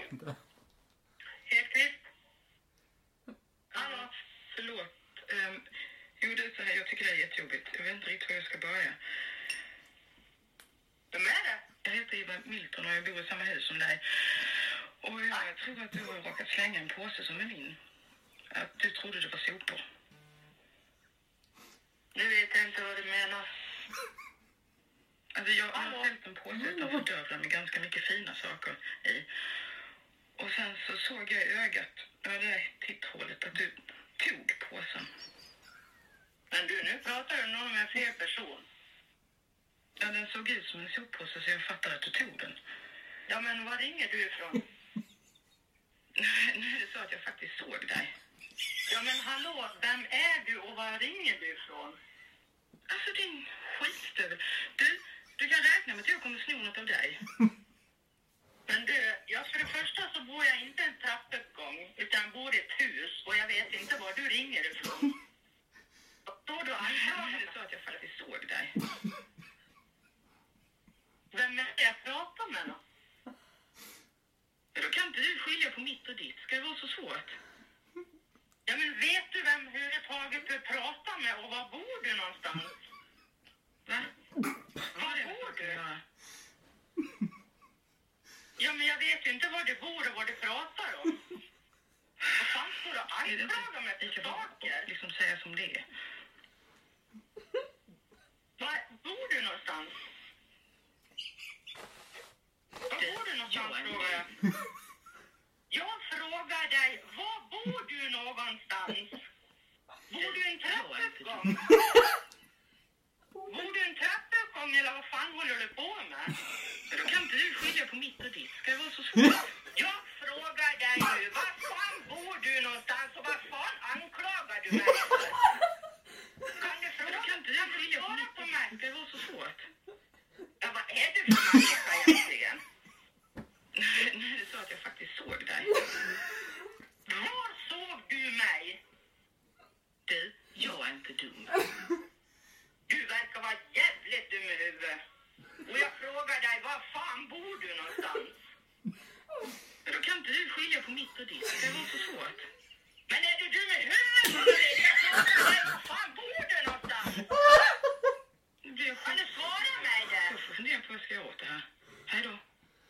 [SPEAKER 5] Hedqvist? Hallå, förlåt. Jo, det är så här, jag tycker det är jättejobbigt. Jag vet inte riktigt hur jag ska börja.
[SPEAKER 4] Vem är det?
[SPEAKER 5] Jag heter Eva Milton och jag bor i samma hus som dig. Och jag tror att du har råkat slänga en påse som är min. Att du trodde det var sopor.
[SPEAKER 4] Nu vet jag inte vad du menar.
[SPEAKER 5] Alltså jag har ställt en påse utanför dörren med ganska mycket fina saker i. Och sen så såg jag i ögat, det där titthålet, att du tog påsen.
[SPEAKER 4] Men du, nu pratar du nog med fler person.
[SPEAKER 5] Ja, den såg ut som en soppåse så jag fattade att du tog den.
[SPEAKER 4] Ja, men var ringer du ifrån?
[SPEAKER 5] Nu är det så att jag faktiskt såg dig.
[SPEAKER 4] Ja, men hallå, vem är du och var ringer du ifrån?
[SPEAKER 5] Alltså din skitstövel. Du kan räkna med att jag kommer sno något av dig.
[SPEAKER 4] Men du, för det första så bor jag inte i en trappuppgång utan bor i ett hus och jag vet inte var du ringer ifrån.
[SPEAKER 5] Då är det så att jag faktiskt såg dig.
[SPEAKER 4] Vem är det jag pratar med då?
[SPEAKER 5] Då kan inte du skilja på mitt och ditt. Ska det vara så svårt?
[SPEAKER 4] Ja, men vet du vem överhuvudtaget du pratar med och var bor du någonstans?
[SPEAKER 5] Va?
[SPEAKER 4] Var bor du? Ja, men jag vet ju inte var du bor och vad du pratar om. Vad fan står och anklagar mig för saker.
[SPEAKER 5] Liksom säga som det är.
[SPEAKER 4] Var bor du någonstans? Var bor du någonstans, frågar jag. Jag frågar dig, var bor du någonstans? Bor du i en trappuppgång? Bor du i en trappuppgång eller vad fan håller du på med?
[SPEAKER 5] Men då kan inte du skilja på mitt och ditt. Ska det vara så svårt?
[SPEAKER 4] Jag frågar dig nu, var fan bor du någonstans och vad fan anklagar du mig för? Kan du
[SPEAKER 5] Men
[SPEAKER 4] fråga?
[SPEAKER 5] då kan inte du skilja på
[SPEAKER 4] Svara
[SPEAKER 5] mitt
[SPEAKER 4] på
[SPEAKER 5] och
[SPEAKER 4] mig.
[SPEAKER 5] ditt. Ska det vara så svårt?
[SPEAKER 4] Ja, vad är du för människa egentligen?
[SPEAKER 5] Nej, det sa att jag faktiskt såg dig.
[SPEAKER 4] Var såg du mig?
[SPEAKER 5] Du, jag är inte dum.
[SPEAKER 4] Du verkar vara jävligt dum i huvudet. Och jag frågar dig, var fan bor du någonstans?
[SPEAKER 5] Men då kan inte du skilja på mitt och ditt. Ska det vara så svårt?
[SPEAKER 4] Men är du dum i huvudet? Jag frågar dig, var fan bor du någonstans?
[SPEAKER 5] Nu blir jag
[SPEAKER 4] Kan du svara mig det?
[SPEAKER 5] Jag får fundera på vad jag ska göra åt det här. Hej då.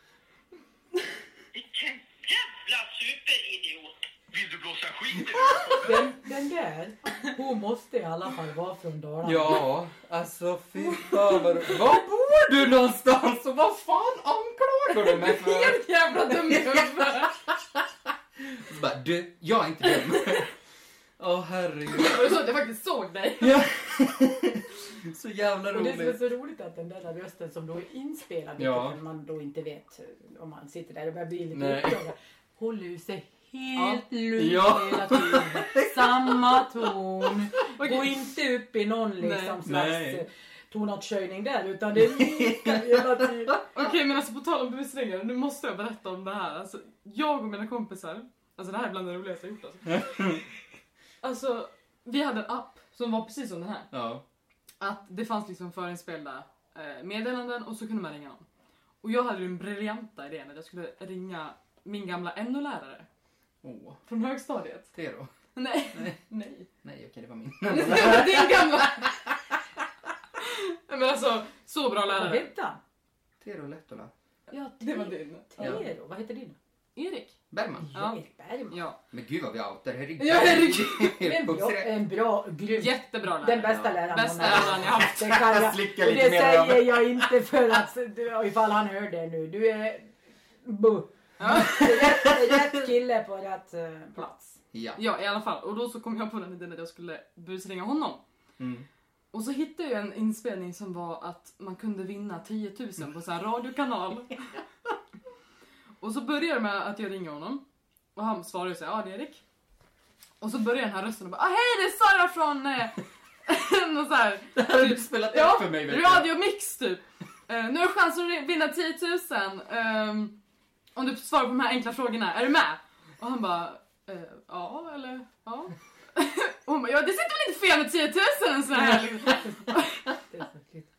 [SPEAKER 4] Vilken jävla superidiot.
[SPEAKER 5] Vill du blåsa skit?
[SPEAKER 2] Den där, hon måste i alla fall vara från Dalarna.
[SPEAKER 1] Ja, alltså fy fan vad du... Var bor du någonstans? Och vad fan anklagar du mig för?
[SPEAKER 3] Helt jävla dum i huvudet.
[SPEAKER 1] Så bara, du, jag är inte dum. Åh herregud.
[SPEAKER 3] Var det så att jag faktiskt såg dig?
[SPEAKER 1] Ja. Så jävla
[SPEAKER 2] Och det som är
[SPEAKER 1] roligt.
[SPEAKER 2] så roligt att den där rösten som då är inspelad,
[SPEAKER 1] Ja.
[SPEAKER 2] vilket man då inte vet om man sitter där och börjar bli lite
[SPEAKER 1] Nej.
[SPEAKER 2] uppjagad, håller ju sig helt lugnt
[SPEAKER 1] Ja.
[SPEAKER 2] hela tiden. Samma ton.
[SPEAKER 3] Okej.
[SPEAKER 2] Gå inte upp i någon liksom
[SPEAKER 1] Nej.
[SPEAKER 2] slags tonartshöjning där, utan det är lika hela tiden.
[SPEAKER 3] Okej, men alltså på tal om busringar, nu måste jag berätta om det här. Alltså, jag och mina kompisar, alltså det här är bland det roligaste jag gjort alltså. Alltså, vi hade en app som var precis som den här.
[SPEAKER 1] Ja.
[SPEAKER 3] Att det fanns liksom förinspelda meddelanden och så kunde man ringa någon. Och jag hade ju den briljanta idén att jag skulle ringa min gamla NO-lärare
[SPEAKER 1] Åh,
[SPEAKER 3] från högstadiet.
[SPEAKER 1] Tero.
[SPEAKER 3] Nej,
[SPEAKER 1] Nej.
[SPEAKER 3] nej.
[SPEAKER 1] Nej, okej, det var min.
[SPEAKER 3] Din gamla... Men alltså, så bra
[SPEAKER 2] Vad
[SPEAKER 3] lärare.
[SPEAKER 2] hette han?
[SPEAKER 1] Tero Lehtola.
[SPEAKER 2] Ja,
[SPEAKER 3] Det var din.
[SPEAKER 2] Tero. Vad heter din?
[SPEAKER 3] Erik.
[SPEAKER 1] Bergman.
[SPEAKER 3] Ja.
[SPEAKER 2] Erik Bergman.
[SPEAKER 3] Ja.
[SPEAKER 1] Men gud vad vi outar. Herregud.
[SPEAKER 3] Ja, herregud.
[SPEAKER 2] En bra, grym.
[SPEAKER 3] Jättebra lärare.
[SPEAKER 2] Den bästa läraren
[SPEAKER 3] Bästa
[SPEAKER 2] hon har.
[SPEAKER 3] läraren jag haft.
[SPEAKER 2] Det kan jag.
[SPEAKER 1] Jag slickar
[SPEAKER 2] Och
[SPEAKER 1] lite
[SPEAKER 2] det
[SPEAKER 1] mer
[SPEAKER 2] säger jag inte för att ifall han hör det nu. Du är rätt kille på rätt plats.
[SPEAKER 1] Ja.
[SPEAKER 3] Ja, i alla fall. Och då så kom jag på den idén att jag skulle busringa honom.
[SPEAKER 1] Mm.
[SPEAKER 3] Och så hittade jag en inspelning som var att man kunde vinna 10 000 på så här radiokanal. Och så började det med att jag ringer honom. Och han svarar ju så här, ja det är Erik. Och så börjar den här rösten och bara, hej det är Sara från... någon så här,
[SPEAKER 1] Det här har du spelat upp
[SPEAKER 3] ja,
[SPEAKER 1] för mig, vet du.
[SPEAKER 3] Radio Mix typ. Nu har du chans att vinna 10 000. Om du svarar på de här enkla frågorna, är du med? Och han bara, ja eller ja. Och hon bara, ja det sitter väl inte fel med 10 000 en sån här liksom.
[SPEAKER 2] Det är så kul.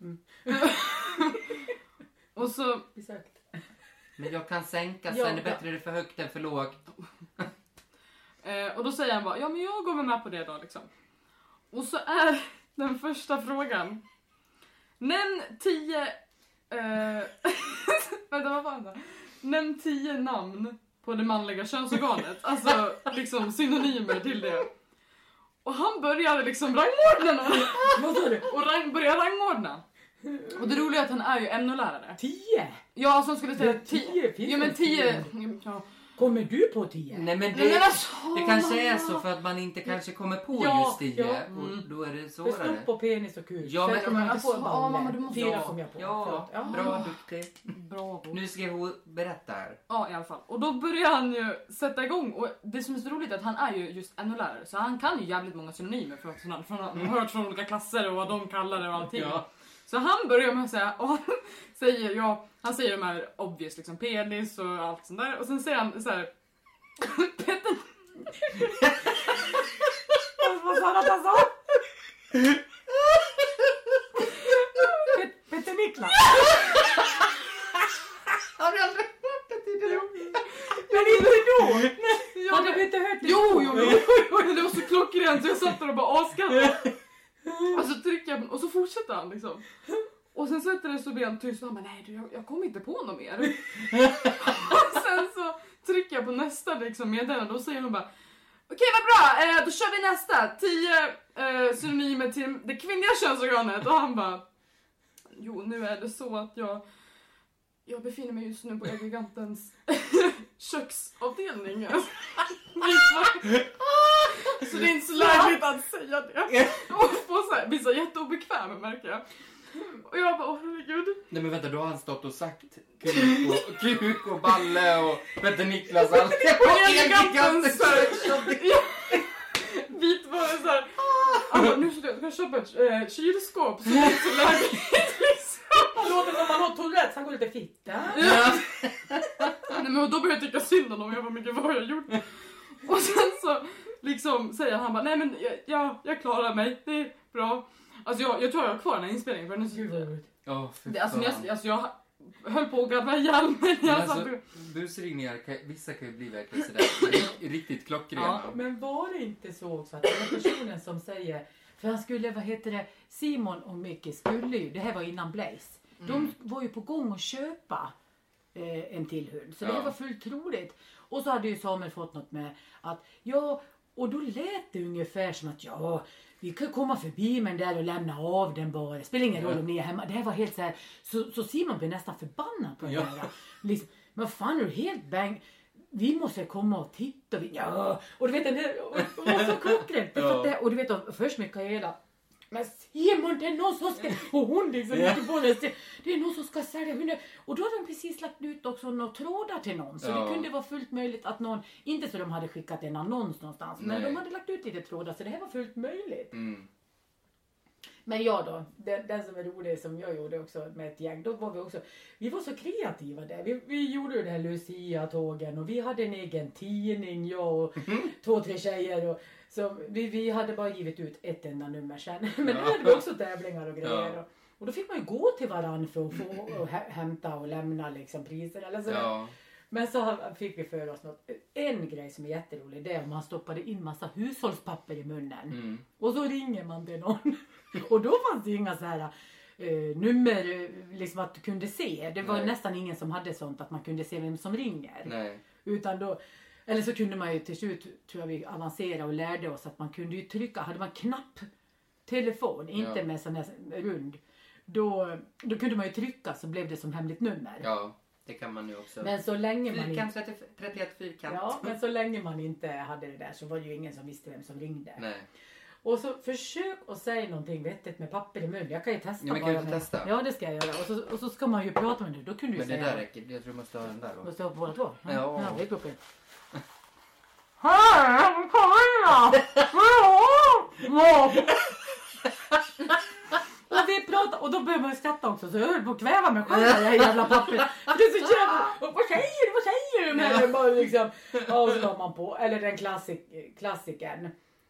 [SPEAKER 3] Och så,
[SPEAKER 2] Exakt.
[SPEAKER 1] Men jag kan sänka sen.
[SPEAKER 2] Ja,
[SPEAKER 1] Det är bättre det är för högt än för lågt.
[SPEAKER 3] och då säger han bara, ja men jag går väl med på det då liksom. Och så är den första frågan. Nämn 10... vänta, vad fan då? Nämn 10 namn på det manliga könsorganet. Alltså liksom synonymer till det. Och han började liksom rangordna.
[SPEAKER 2] Vad sa du?
[SPEAKER 3] Och började rangordna. Och det roliga är att han är ju NO-lärare.
[SPEAKER 2] 10?
[SPEAKER 3] Ja, som skulle säga
[SPEAKER 2] Ja, 10 finns
[SPEAKER 3] Ja men
[SPEAKER 2] det
[SPEAKER 3] 10. Ja.
[SPEAKER 2] Kommer du på 10?
[SPEAKER 1] Nej men
[SPEAKER 3] Nej,
[SPEAKER 1] det,
[SPEAKER 3] men alltså,
[SPEAKER 1] det kanske är så för att man inte kanske kommer på
[SPEAKER 2] Ja,
[SPEAKER 1] just 10.
[SPEAKER 2] ja.
[SPEAKER 1] Och då är det
[SPEAKER 2] För
[SPEAKER 1] svårare.
[SPEAKER 2] snopp och penis och kuk.
[SPEAKER 1] Ja, men-
[SPEAKER 2] Sen kommer jag inte på
[SPEAKER 3] Ja, mamma, du måste-
[SPEAKER 2] 4
[SPEAKER 1] Ja,
[SPEAKER 2] kom jag på.
[SPEAKER 1] ja,
[SPEAKER 2] Förlåt.
[SPEAKER 1] bra, duktig.
[SPEAKER 3] Bravo.
[SPEAKER 1] Nu ska hon berätta här.
[SPEAKER 3] Ja, i alla fall. Och då börjar han ju sätta igång. Och det som är så roligt är att han är ju just NO-lärare. Så han kan ju jävligt många synonymer för att han har hört från olika klasser och vad de kallar det och allting.
[SPEAKER 1] Ja.
[SPEAKER 3] Så han börjar med att säga, och han säger de här obvious liksom penis och allt sånt där. Och sen säger han så här Petter.
[SPEAKER 2] Vad sa han att han sa? Petter Niklas.
[SPEAKER 1] Har du aldrig hört det tidigare?
[SPEAKER 2] Men inte då.
[SPEAKER 3] Ja,
[SPEAKER 2] Hade vi inte hört det?
[SPEAKER 3] Jo, men det var så klockrent så jag satt där och bara asgattade. Och så trycker jag och så fortsätter han liksom. Och sen sätter det så blir han tyst och han bara, nej du, jag kommer inte på något mer. Och sen så trycker jag på nästa liksom meddelande och då säger hon bara, Okej, vad bra. Då kör vi nästa. 10 synonymer till det kvinnliga könsorganet. Och han bara, jo, nu är det så att jag befinner mig just nu på Elgigantens köksavdelning. Så det är inte så lägligt att säga det. Och få så här, blir så jätteobekväm, märker jag. Och jag bara, herregud.
[SPEAKER 1] Nej men vänta, då har han stått och sagt kuk och balle och vänta Niklas allt.
[SPEAKER 3] Vit var det såhär. Nu ska jag köpa ett kylskåp. Så det är så lägligt liksom.
[SPEAKER 2] Han låter som man har Tourettes, han går lite fitta.
[SPEAKER 3] Ja. Nej men då började jag tycka synd om jag var mycket vad jag gjort. Och sen så liksom säger han bara, nej men jag klarar mig, det är bra. Alltså jag tror jag har kvar den här inspelningen för den är så kul. Jag höll på att gräva ihjäl mig.
[SPEAKER 1] Busringningar, vissa kan ju bli verkligen sådär riktigt klockrena.
[SPEAKER 2] Ja, men var det inte så också att den personen som säger, för han skulle, Simon och Micke skulle ju, det här var innan Blaze. De var ju på gång att köpa en till hund. Så det var fullt troligt. Och så hade ju Samuel fått något med att, och då lät det ungefär som att, vi kan komma förbi men där och lämna av den bara. Det spelar ingen roll om ni är hemma. Det här var helt så här. Så Simon blev nästan förbannad på det här. Liksom, men fan är du helt bang? Vi måste komma och titta. Och du vet, det var så klockrent. Och du vet, först Mikaela. Men Simon, det är någon som ska... Och hon liksom det är någon som ska sälja hundar. Och då hade de precis lagt ut också några trådar till någon. Så det kunde vara fullt möjligt att någon... Inte så de hade skickat en annons någonstans. Men de hade lagt ut lite trådar. Så det här var fullt möjligt.
[SPEAKER 1] Mm.
[SPEAKER 2] Men den som är rolig som jag gjorde också med ett gäng. Då var vi också... Vi var så kreativa där. Vi gjorde ju det här Lucia-tågen. Och vi hade en egen tidning. Jag och 2-3 tjejer och... Så vi hade bara givit ut ett enda nummer sen. Men då hade vi också tävlingar och grejer. Ja. Och då fick man ju gå till varann för att få och hämta och lämna liksom priser. Eller så. Ja. Men så fick vi för oss något. En grej som är jätterolig, det är om man stoppade in massa hushållspapper i munnen. Mm. Och så ringer man till någon. Och då fanns det inga så här nummer liksom att du kunde se. Det var nästan ingen som hade sånt att man kunde se vem som ringer. Nej. Utan då... Eller så kunde man ju till slut, tror jag vi avancerade och lärde oss att man kunde ju trycka, hade man knapptelefon, inte med sån här rund, då kunde man ju trycka så blev det som hemligt nummer.
[SPEAKER 1] Ja, det kan man ju också.
[SPEAKER 2] Men så länge man
[SPEAKER 1] fyrkant, 31 fyrkant.
[SPEAKER 2] Ja, men så länge man inte hade det där så var det ju ingen som visste vem som ringde.
[SPEAKER 1] Nej.
[SPEAKER 2] Och så försök att säga någonting vettigt med papper i mun. Jag kan ju testa.
[SPEAKER 1] Ja, men kan du testa?
[SPEAKER 2] Ja, det ska jag göra. Och så ska man ju prata med det. Då kunde du säga...
[SPEAKER 1] Men det där räcker. Jag tror du måste ha den där då.
[SPEAKER 2] Måste ha på båda två?
[SPEAKER 1] Ja,
[SPEAKER 2] det är klockan. Och vi pratade, och då började man skratta också, så jag höll på att kväva mig själv det här jävla pappret. Det är så jävla, vad säger du med det? Bara liksom, och så la man på, eller den klassikern.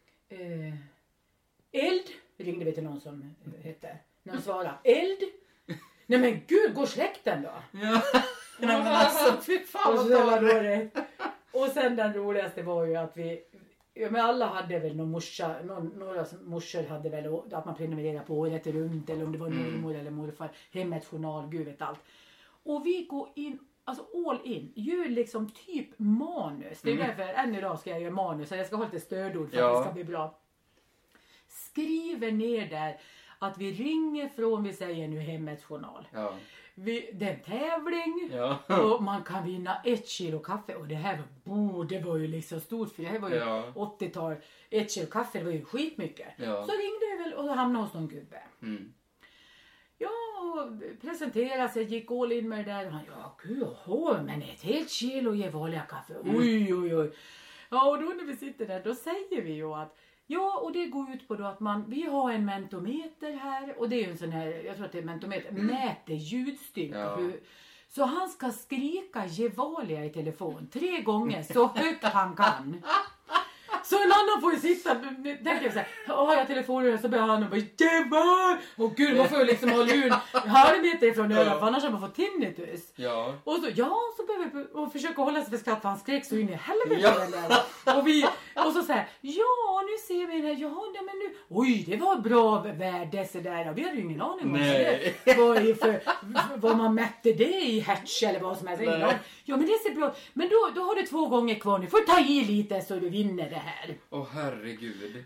[SPEAKER 2] Eld, ringde vi till någon som hette, någon svarade, eld? Nej men gud, går släkten då? Ja,
[SPEAKER 1] men alltså, fy fan vad dåligt.
[SPEAKER 2] Och sen den roligaste var ju att men alla hade väl några morsor hade väl att man prenumererade på året runt, eller om det var mormor eller morfar, hemmets journal, gud vet allt. Och vi går in, alltså all in, gör liksom typ manus. Det är därför än idag ska jag göra manus, så jag ska ha lite stödord för att det ska bli bra. Skriver ner där att vi ringer från, vi säger nu hemmets journal. Ja. Det är en tävling och man kan vinna 1 kilo kaffe, och det här det var ju liksom stort, för det här var ju 80-tal, 1 kilo kaffe, det var ju skitmycket. Så ringde jag väl och hamnade hos någon gubbe. Ja, presenterade sig, gick all in med det där, och han, men ett helt kilo ger vanliga kaffe, oj. Ja, och då när vi sitter där, då säger vi ju att och det går ut på då att vi har en mentometer här, och det är ju en sån här, jag tror att det är mentometer, mäter ljudstyrka. Ja. Så han ska skrika Gevalia i telefon 3 gånger så högt han kan. Så en annan får ju sitta, tänker jag så här, har jag telefonen så börjar han och bara Gevalia! Och gud, man får ju liksom ha lun halvmeter ifrån örat, för annars har man fått tinnitus. Ja. Och så behöver vi försöka hålla sig för skratt, för han skrek så in i helvete. Och så säger nu ser vi det här, men nu, oj, det var bra värde så där. Vi hade ju ingen aning om vad man mätte det i hertz eller vad som helst. Ja, men det ser bra. Men då har du 2 gånger kvar, nu får ta i lite så du vinner det här. här.
[SPEAKER 1] Åh herregud.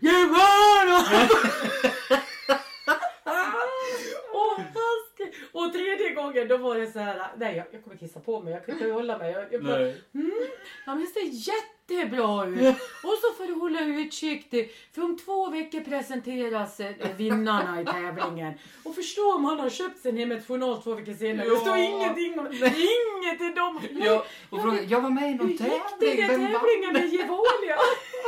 [SPEAKER 2] Och tredje gången då var det så här, nej jag kommer kissa på mig, jag kan inte hålla mig. Jag bara, ja men det ser jättebra ut. Och så får du hålla utkik till, för om 2 veckor presenteras vinnarna i tävlingen. Och förstå om han har köpt sin hem ett journal 2 veckor senare.
[SPEAKER 1] Ja.
[SPEAKER 2] Det står ingenting om, inget i dem.
[SPEAKER 1] Ja, och fråga, jag var med i någon tävling. Vem vann?
[SPEAKER 2] Tävlingen med Gevalia.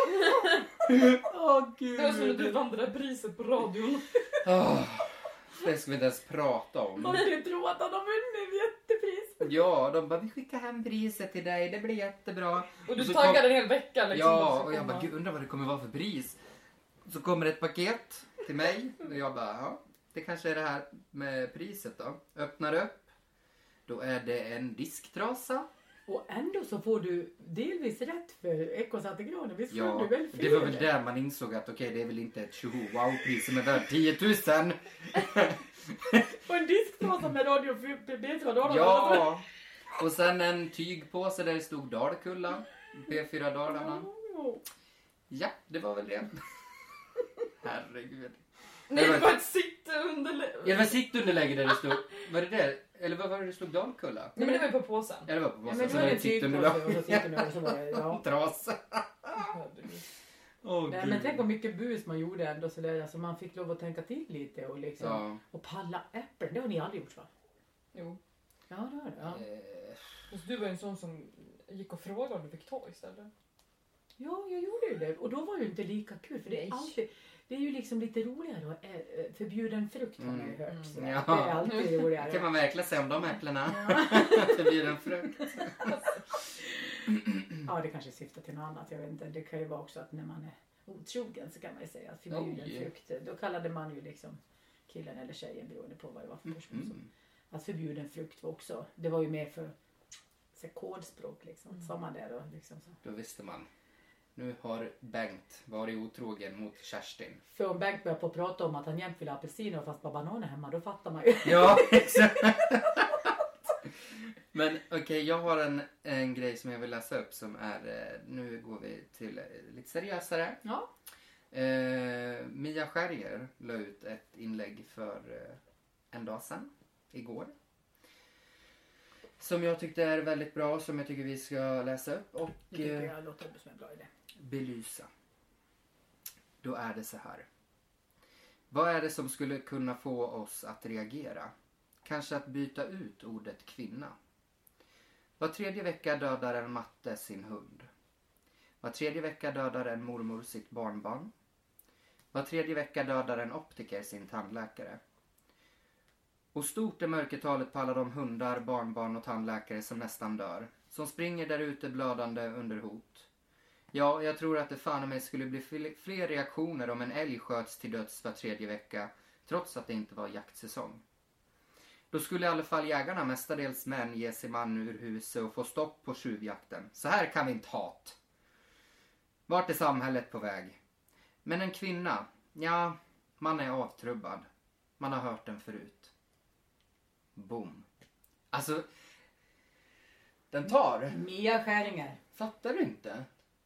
[SPEAKER 1] Åh gud.
[SPEAKER 3] Det var som när du vann det där priset på radion.
[SPEAKER 1] Det ska vi inte ens prata om.
[SPEAKER 2] Man skulle tro att han har vunnit jättepris.
[SPEAKER 1] Ja, de bara, vi skickar hem priset till dig, det blir jättebra.
[SPEAKER 3] Och du
[SPEAKER 1] så
[SPEAKER 3] taggade en hel vecka liksom.
[SPEAKER 1] Ja, och jag bara, gud, undrar vad det kommer vara för pris. Så kommer ett paket till mig. Och jag bara, ja, det kanske är det här med priset då. Öppnar upp. Då är det en disktrasa.
[SPEAKER 2] Och ändå så får du delvis rätt för ekosantigranen. Visst får
[SPEAKER 1] Ja,
[SPEAKER 2] du väl fel?
[SPEAKER 1] det var väl där man insåg att okej, det är väl inte ett wow-pris som är värt 10 000.
[SPEAKER 2] Och en disktrasa med radio B4
[SPEAKER 1] Ja, och sen en tygpåse där det stod Dalkulla, P4 Dalarna. Ja, det var väl det. Herregud.
[SPEAKER 3] Nej, det var ett sittunderlägg.
[SPEAKER 1] Ja, det var sittunderlägge där det stod. Var det där? Eller vad var det stod Dalkulla?
[SPEAKER 3] Nej, men det var ju på påsen.
[SPEAKER 1] Ja, det var på
[SPEAKER 2] Ja,
[SPEAKER 1] påsen.
[SPEAKER 2] men
[SPEAKER 1] Så
[SPEAKER 2] då
[SPEAKER 1] var
[SPEAKER 2] är
[SPEAKER 1] det
[SPEAKER 2] det
[SPEAKER 1] sittunderlägge.
[SPEAKER 2] tygpåse och så sitter och så var det, ja.
[SPEAKER 1] Trasa. Åh,
[SPEAKER 2] Nej, men tänk vad mycket bus man gjorde ändå sådär. Alltså man fick lov att tänka till lite och liksom.
[SPEAKER 1] Ja.
[SPEAKER 2] Och palla äpplen, det har ni aldrig gjort va?
[SPEAKER 3] Jo.
[SPEAKER 2] Ja, det har det. Ja.
[SPEAKER 3] Fast du var ju en sån som gick och frågade om du fick ta istället.
[SPEAKER 2] Ja, jag gjorde ju det. Och då var det ju inte lika kul. För det är alltid, det är ju liksom lite roligare att förbjuden frukt har man ju hört. Så
[SPEAKER 1] Ja.
[SPEAKER 2] det är alltid roligare.
[SPEAKER 1] Kan man verkligen säga om de äpplena?
[SPEAKER 2] Ja.
[SPEAKER 1] Det blir en frukt.
[SPEAKER 2] Ja, det kanske syftar till något annat. Jag vet inte. Det kan ju vara också att när man är otrogen så kan man ju säga att förbjuden
[SPEAKER 1] Oj.
[SPEAKER 2] frukt. Då kallade man ju liksom killen eller tjejen beroende på vad det var för person. som- Att förbjuden frukt var också. Det var ju mer för så här, kodspråk liksom. Sa man det då liksom så.
[SPEAKER 1] Då visste man. Nu har Bengt varit otrogen mot Kerstin.
[SPEAKER 2] För om Bengt började på att prata om att han jämt ville ha apelsiner fast bara bananer hemma, då fattar man ju.
[SPEAKER 1] Ja, exakt. Men okej, jag har en grej som jag vill läsa upp som är, nu går vi till lite seriösare.
[SPEAKER 2] Ja.
[SPEAKER 1] Mia Scherger la ut ett inlägg för en dag sedan, igår. Som jag tyckte är väldigt bra, som jag tycker vi ska läsa upp och
[SPEAKER 2] Det tycker jag låter som en bra idé.
[SPEAKER 1] belysa. Då är det så här. Vad är det som skulle kunna få oss att reagera? Kanske att byta ut ordet kvinna. Var 3:e vecka dödar en matte sin hund. Var 3:e vecka dödar en mormor sitt barnbarn. Var 3:e vecka dödar en optiker sin tandläkare. Och stort är mörkertalet på alla de hundar, barnbarn och tandläkare som nästan dör. Som springer där ute blödande under hot. Ja, jag tror att det fan i mig skulle bli fler reaktioner om en älg sköts till döds var 3:e vecka, trots att det inte var jaktsäsong. Då skulle i alla fall jägarna, mestadels män, ge sig man ur huset och få stopp på tjuvjakten. Så här kan vi inte hat. Vart är samhället på väg? Men en kvinna, ja, man är avtrubbad. Man har hört den förut. Boom. Alltså, den tar.
[SPEAKER 2] Mia Skäringer.
[SPEAKER 1] Fattar du inte?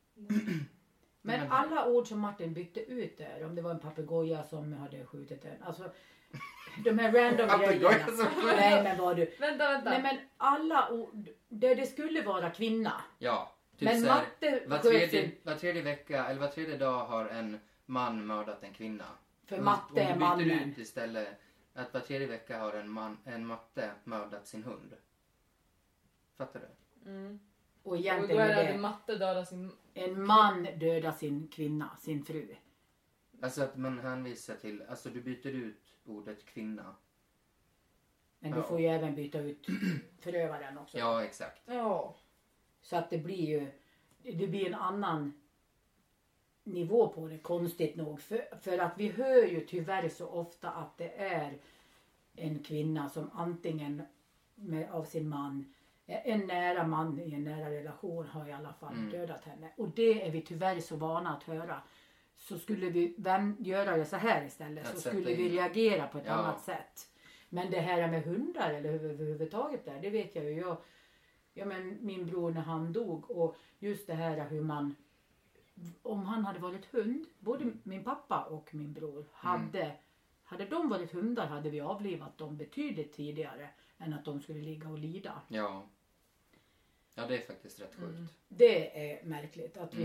[SPEAKER 2] Men alla ord som Martin bytte ut där, om det var en papegoja som hade skjutit en, alltså de här random
[SPEAKER 1] Papegoja
[SPEAKER 2] grejerna.
[SPEAKER 1] som skjuter.
[SPEAKER 2] Nej men vad du.
[SPEAKER 3] Vänta.
[SPEAKER 2] Nej men alla ord där det skulle vara kvinna.
[SPEAKER 1] Ja, typ
[SPEAKER 2] Men
[SPEAKER 1] så här,
[SPEAKER 2] matte
[SPEAKER 1] var
[SPEAKER 2] sköt
[SPEAKER 1] tredje vecka eller var tredje dag har en man mördat en kvinna.
[SPEAKER 2] För matte är
[SPEAKER 1] Och
[SPEAKER 2] mannen.
[SPEAKER 1] byter ut istället att var tredje vecka har en matte mördat sin hund. Fattar du?
[SPEAKER 3] Mm.
[SPEAKER 2] Och
[SPEAKER 3] Och då
[SPEAKER 2] egentligen
[SPEAKER 3] är
[SPEAKER 2] är
[SPEAKER 3] det
[SPEAKER 2] det
[SPEAKER 3] matte döda sin...
[SPEAKER 2] en man dödar sin kvinna, sin fru.
[SPEAKER 1] Alltså att man hänvisar till, alltså du byter ut ordet kvinna.
[SPEAKER 2] Men du
[SPEAKER 1] Ja.
[SPEAKER 2] får ju även byta ut förövaren också.
[SPEAKER 1] Ja, exakt.
[SPEAKER 3] Ja.
[SPEAKER 2] Så att det blir en annan nivå på det, konstigt nog. För att vi hör ju tyvärr så ofta att det är en kvinna som antingen av sin man, en nära man i en nära relation har i alla fall dödat henne. Och det är vi tyvärr så vana att höra. Så skulle vi göra det så här istället,
[SPEAKER 1] Att
[SPEAKER 2] så
[SPEAKER 1] sätta
[SPEAKER 2] skulle
[SPEAKER 1] in.
[SPEAKER 2] vi reagera på ett
[SPEAKER 1] Ja.
[SPEAKER 2] annat sätt. Men det här med hundar eller överhuvudtaget där, det vet jag ju. Ja men min bror när han dog och just det här hur man om han hade varit hund, både min pappa och min bror, hade de varit hundar hade vi avlivat dem betydligt tidigare än att de skulle ligga och lida.
[SPEAKER 1] Ja. Ja, det är faktiskt rätt sjukt.
[SPEAKER 2] Det är märkligt att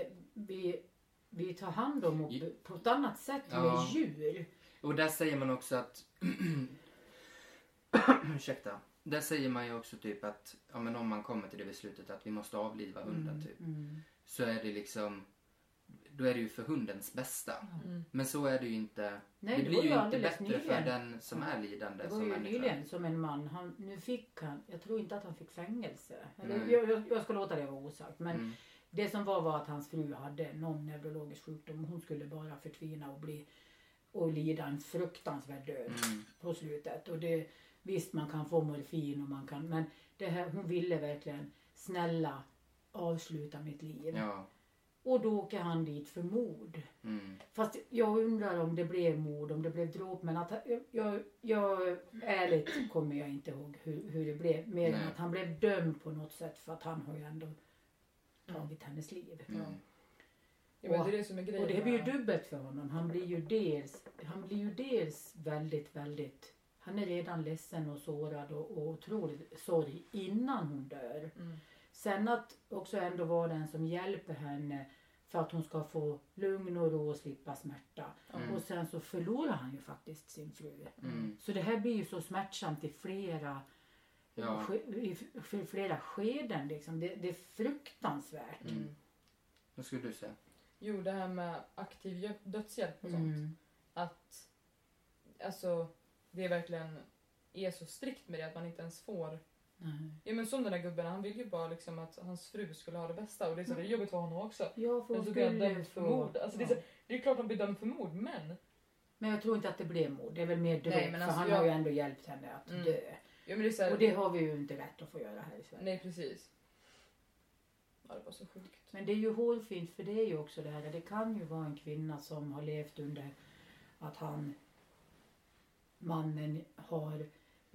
[SPEAKER 2] vi tar hand om på ett annat sätt med djur.
[SPEAKER 1] Och där säger man också att ursäkta. Där säger man ju också typ att men om man kommer till det beslutet att vi måste avliva hunden typ. Så är det liksom, då är det ju för hundens bästa. Men så är det ju inte.
[SPEAKER 2] Nej,
[SPEAKER 1] det blir ju inte bättre
[SPEAKER 2] nyligen
[SPEAKER 1] för den som är lidande.
[SPEAKER 2] Det var
[SPEAKER 1] som
[SPEAKER 2] ju
[SPEAKER 1] människa.
[SPEAKER 2] nyligen som en man, nu fick han, jag tror inte att han fick fängelse. Eller, jag ska låta det vara osagt. Men det som var att hans fru hade någon neurologisk sjukdom. Hon skulle bara förtvina och lida en fruktansvärd död på slutet. Och det, visst man kan få morfin och man kan, men det här, hon ville verkligen snälla avsluta mitt liv.
[SPEAKER 1] Ja.
[SPEAKER 2] Och då åker han dit för mord. Fast jag undrar om det blev mord, om det blev dråp. Men att jag ärligt kommer jag inte ihåg hur det blev. Mer än att han blev dömd på något sätt. För att han har ju ändå tagit hennes liv.
[SPEAKER 3] Ja, men det är det som är grejen.
[SPEAKER 2] Och det blir ju dubbelt för honom. Han blir ju dels väldigt, väldigt... Han är redan ledsen och sårad och otroligt sorg innan hon dör. Sen att också ändå vara den som hjälper henne för att hon ska få lugn och ro och slippa smärta. Och sen så förlorar han ju faktiskt sin fru. Så det här blir ju så smärtsamt i flera skeden liksom. Det är fruktansvärt.
[SPEAKER 1] Vad skulle du säga?
[SPEAKER 3] Jo, det här med aktiv dödshjälp och sånt. Att alltså det är verkligen är så strikt med det att man inte ens får. Ja, men som den där gubben, han vill ju bara liksom att hans fru skulle ha det bästa. Och det är så det är jobbigt för honom också.
[SPEAKER 2] Ja, för
[SPEAKER 3] men så blir han dömd för mord. Alltså, det är klart han blir dömd för mord, men...
[SPEAKER 2] Men jag tror inte att det blev mord. Det är väl mer dråp.
[SPEAKER 3] Nej, men alltså,
[SPEAKER 2] för han har ju ändå hjälpt henne att dö.
[SPEAKER 3] Ja, men det är så här...
[SPEAKER 2] Och det har vi ju inte rätt att få göra här i Sverige.
[SPEAKER 3] Nej, precis. Ja, det var så sjukt.
[SPEAKER 2] Men det är ju hårfint, för det är ju också det här. Det kan ju vara en kvinna som har levt under att mannen har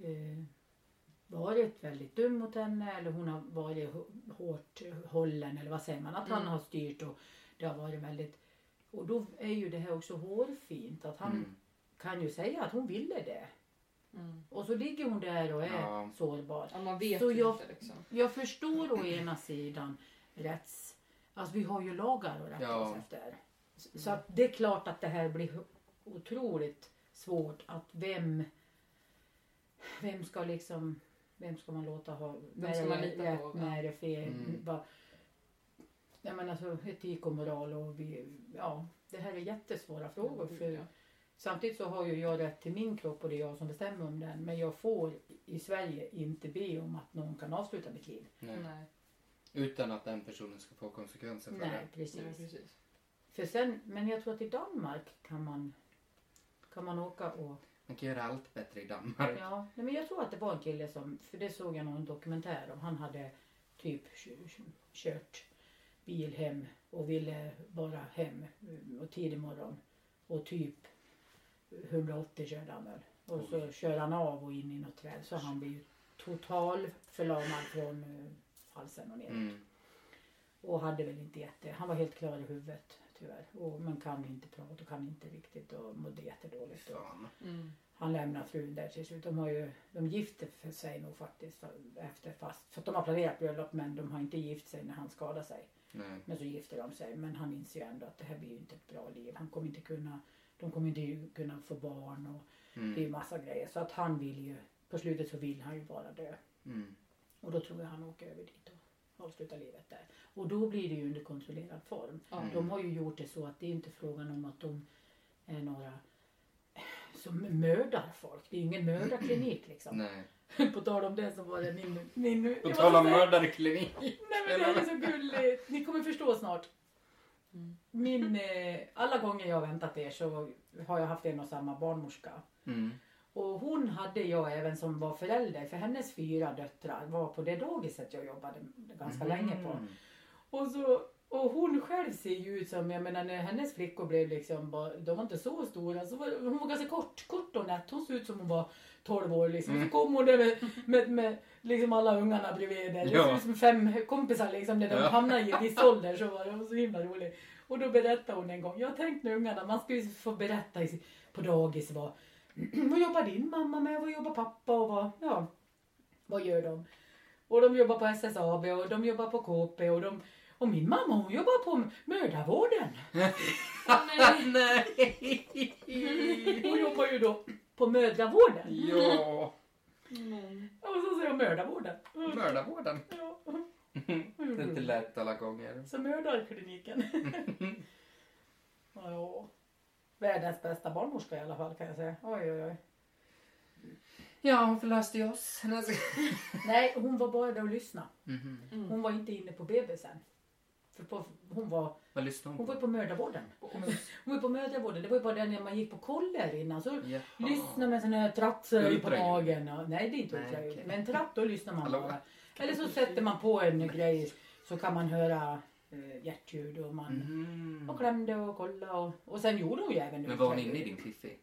[SPEAKER 2] varit väldigt dum mot henne. Eller hon har varit hårt hållen. Eller vad säger man? Att han har styrt och det har varit väldigt... Och då är ju det här också hårfint. Att han kan ju säga att hon ville det. Och så ligger hon där och är sårbar.
[SPEAKER 3] Ja, man vet
[SPEAKER 2] så
[SPEAKER 3] ju inte liksom.
[SPEAKER 2] Jag förstår å ena sidan alltså vi har ju lagar att rätta oss efter. Så att det är klart att det här blir otroligt svårt. Att vem ska man låta ha,
[SPEAKER 3] vem ska man lita på?
[SPEAKER 2] När det är fel. Jag menar alltså etik och moral och det här är jättesvåra frågor. För samtidigt så har ju jag rätt till min kropp och det är jag som bestämmer om den. Men jag får i Sverige inte be om att någon kan avsluta mitt liv.
[SPEAKER 1] Nej. Utan att den personen ska få konsekvenser för det.
[SPEAKER 2] Nej, precis. Men jag tror att i Danmark kan man åka och...
[SPEAKER 1] Man kan göra allt bättre i Danmark.
[SPEAKER 2] Ja, men jag tror att det var en kille som... För det såg jag någon dokumentär om. Han hade typ kört bil hem och ville bara hem och tidig morgon. Och typ 180 körde han väl. Och så kör han av och in i något träd. Så han blir ju total förlamad från halsen och neråt. Och hade väl inte han var helt klar i huvudet tyvärr. Men kan inte prata och kan inte riktigt och mådde jättedåligt. Han lämnar frun där till slut. De gifte för sig nog faktiskt efter för att de har planerat bröllop men de har inte gift sig när han skadade sig.
[SPEAKER 1] Nej.
[SPEAKER 2] Men så gifter de sig. Men han inser ju ändå att det här blir ju inte ett bra liv. De kommer inte kunna få barn och det är ju massa grejer. Så att han vill ju, på slutet så vill han ju bara dö. Och då tror jag han åker över dit och avslutar livet där. Och då blir det ju under kontrollerad form. De har ju gjort det så att det är inte frågan om att de är några som mördar folk. Det är ju ingen mördarklinik liksom.
[SPEAKER 1] Nej.
[SPEAKER 2] På tal om det så var det min
[SPEAKER 1] På tal om mördarklinik.
[SPEAKER 2] Nej men det är så gulligt. Ni kommer förstå snart. Alla gånger jag har väntat er så har jag haft en och samma barnmorska. Och hon hade jag även som var förälder. För hennes 4 döttrar var på det dagiset jag jobbade ganska länge på. Och hon själv ser ju ut som, jag menar när hennes flickor blev liksom, de var inte så stora. Hon var ganska kort och nätt. Hon såg ut som hon var 12 år liksom. Så kom hon där med liksom alla ungarna bredvid där. Det
[SPEAKER 1] Ja.
[SPEAKER 2] ser ut som 5 kompisar liksom när de
[SPEAKER 1] Ja.
[SPEAKER 2] hamnar i en viss ålder, så var det så himla roligt. Och då berättade hon en gång, jag tänkte när ungarna, man ska ju få berätta på dagis vad jobbar din mamma med, vad jobbar pappa och vad gör de? Och de jobbar på SSAB och de jobbar på KP och min mamma hon jobbar på mödravården.
[SPEAKER 1] Nej.
[SPEAKER 2] Hon jobbar ju då på mödravården.
[SPEAKER 1] Ja.
[SPEAKER 2] Och så säger jag mödravården.
[SPEAKER 1] Mördarvården.
[SPEAKER 2] Ja.
[SPEAKER 1] Det är inte lätt alla gånger.
[SPEAKER 2] Så mördarkliniken. Ja. Världens bästa barnmorska i alla fall kan jag säga. Oj.
[SPEAKER 1] Ja, hon förlöste ju oss.
[SPEAKER 2] Nej, hon var bara där och lyssnade.
[SPEAKER 1] Mhm.
[SPEAKER 2] Hon var inte inne på BB:n. För hon var
[SPEAKER 1] Vad lyssnade
[SPEAKER 2] ju
[SPEAKER 1] hon på?
[SPEAKER 2] på mödravården. Hon var på mödravården. Det var ju bara den när man gick på koller innan. Så
[SPEAKER 1] Jaha.
[SPEAKER 2] lyssna med sån här trattsöj på
[SPEAKER 1] Ultraljud.
[SPEAKER 2] magen. Och, nej, det är inte
[SPEAKER 1] Nej,
[SPEAKER 2] ultraljud.
[SPEAKER 1] okej.
[SPEAKER 2] Men tratt, då lyssnar man
[SPEAKER 1] Hallå?
[SPEAKER 2] bara. Eller så sätter man på en grej så kan man höra hjärtljud och man
[SPEAKER 1] Mhm.
[SPEAKER 2] och klämde och kollade. Och sen gjorde hon ju även
[SPEAKER 1] Men var hon
[SPEAKER 2] ultraljud.
[SPEAKER 1] inne i din fiffi?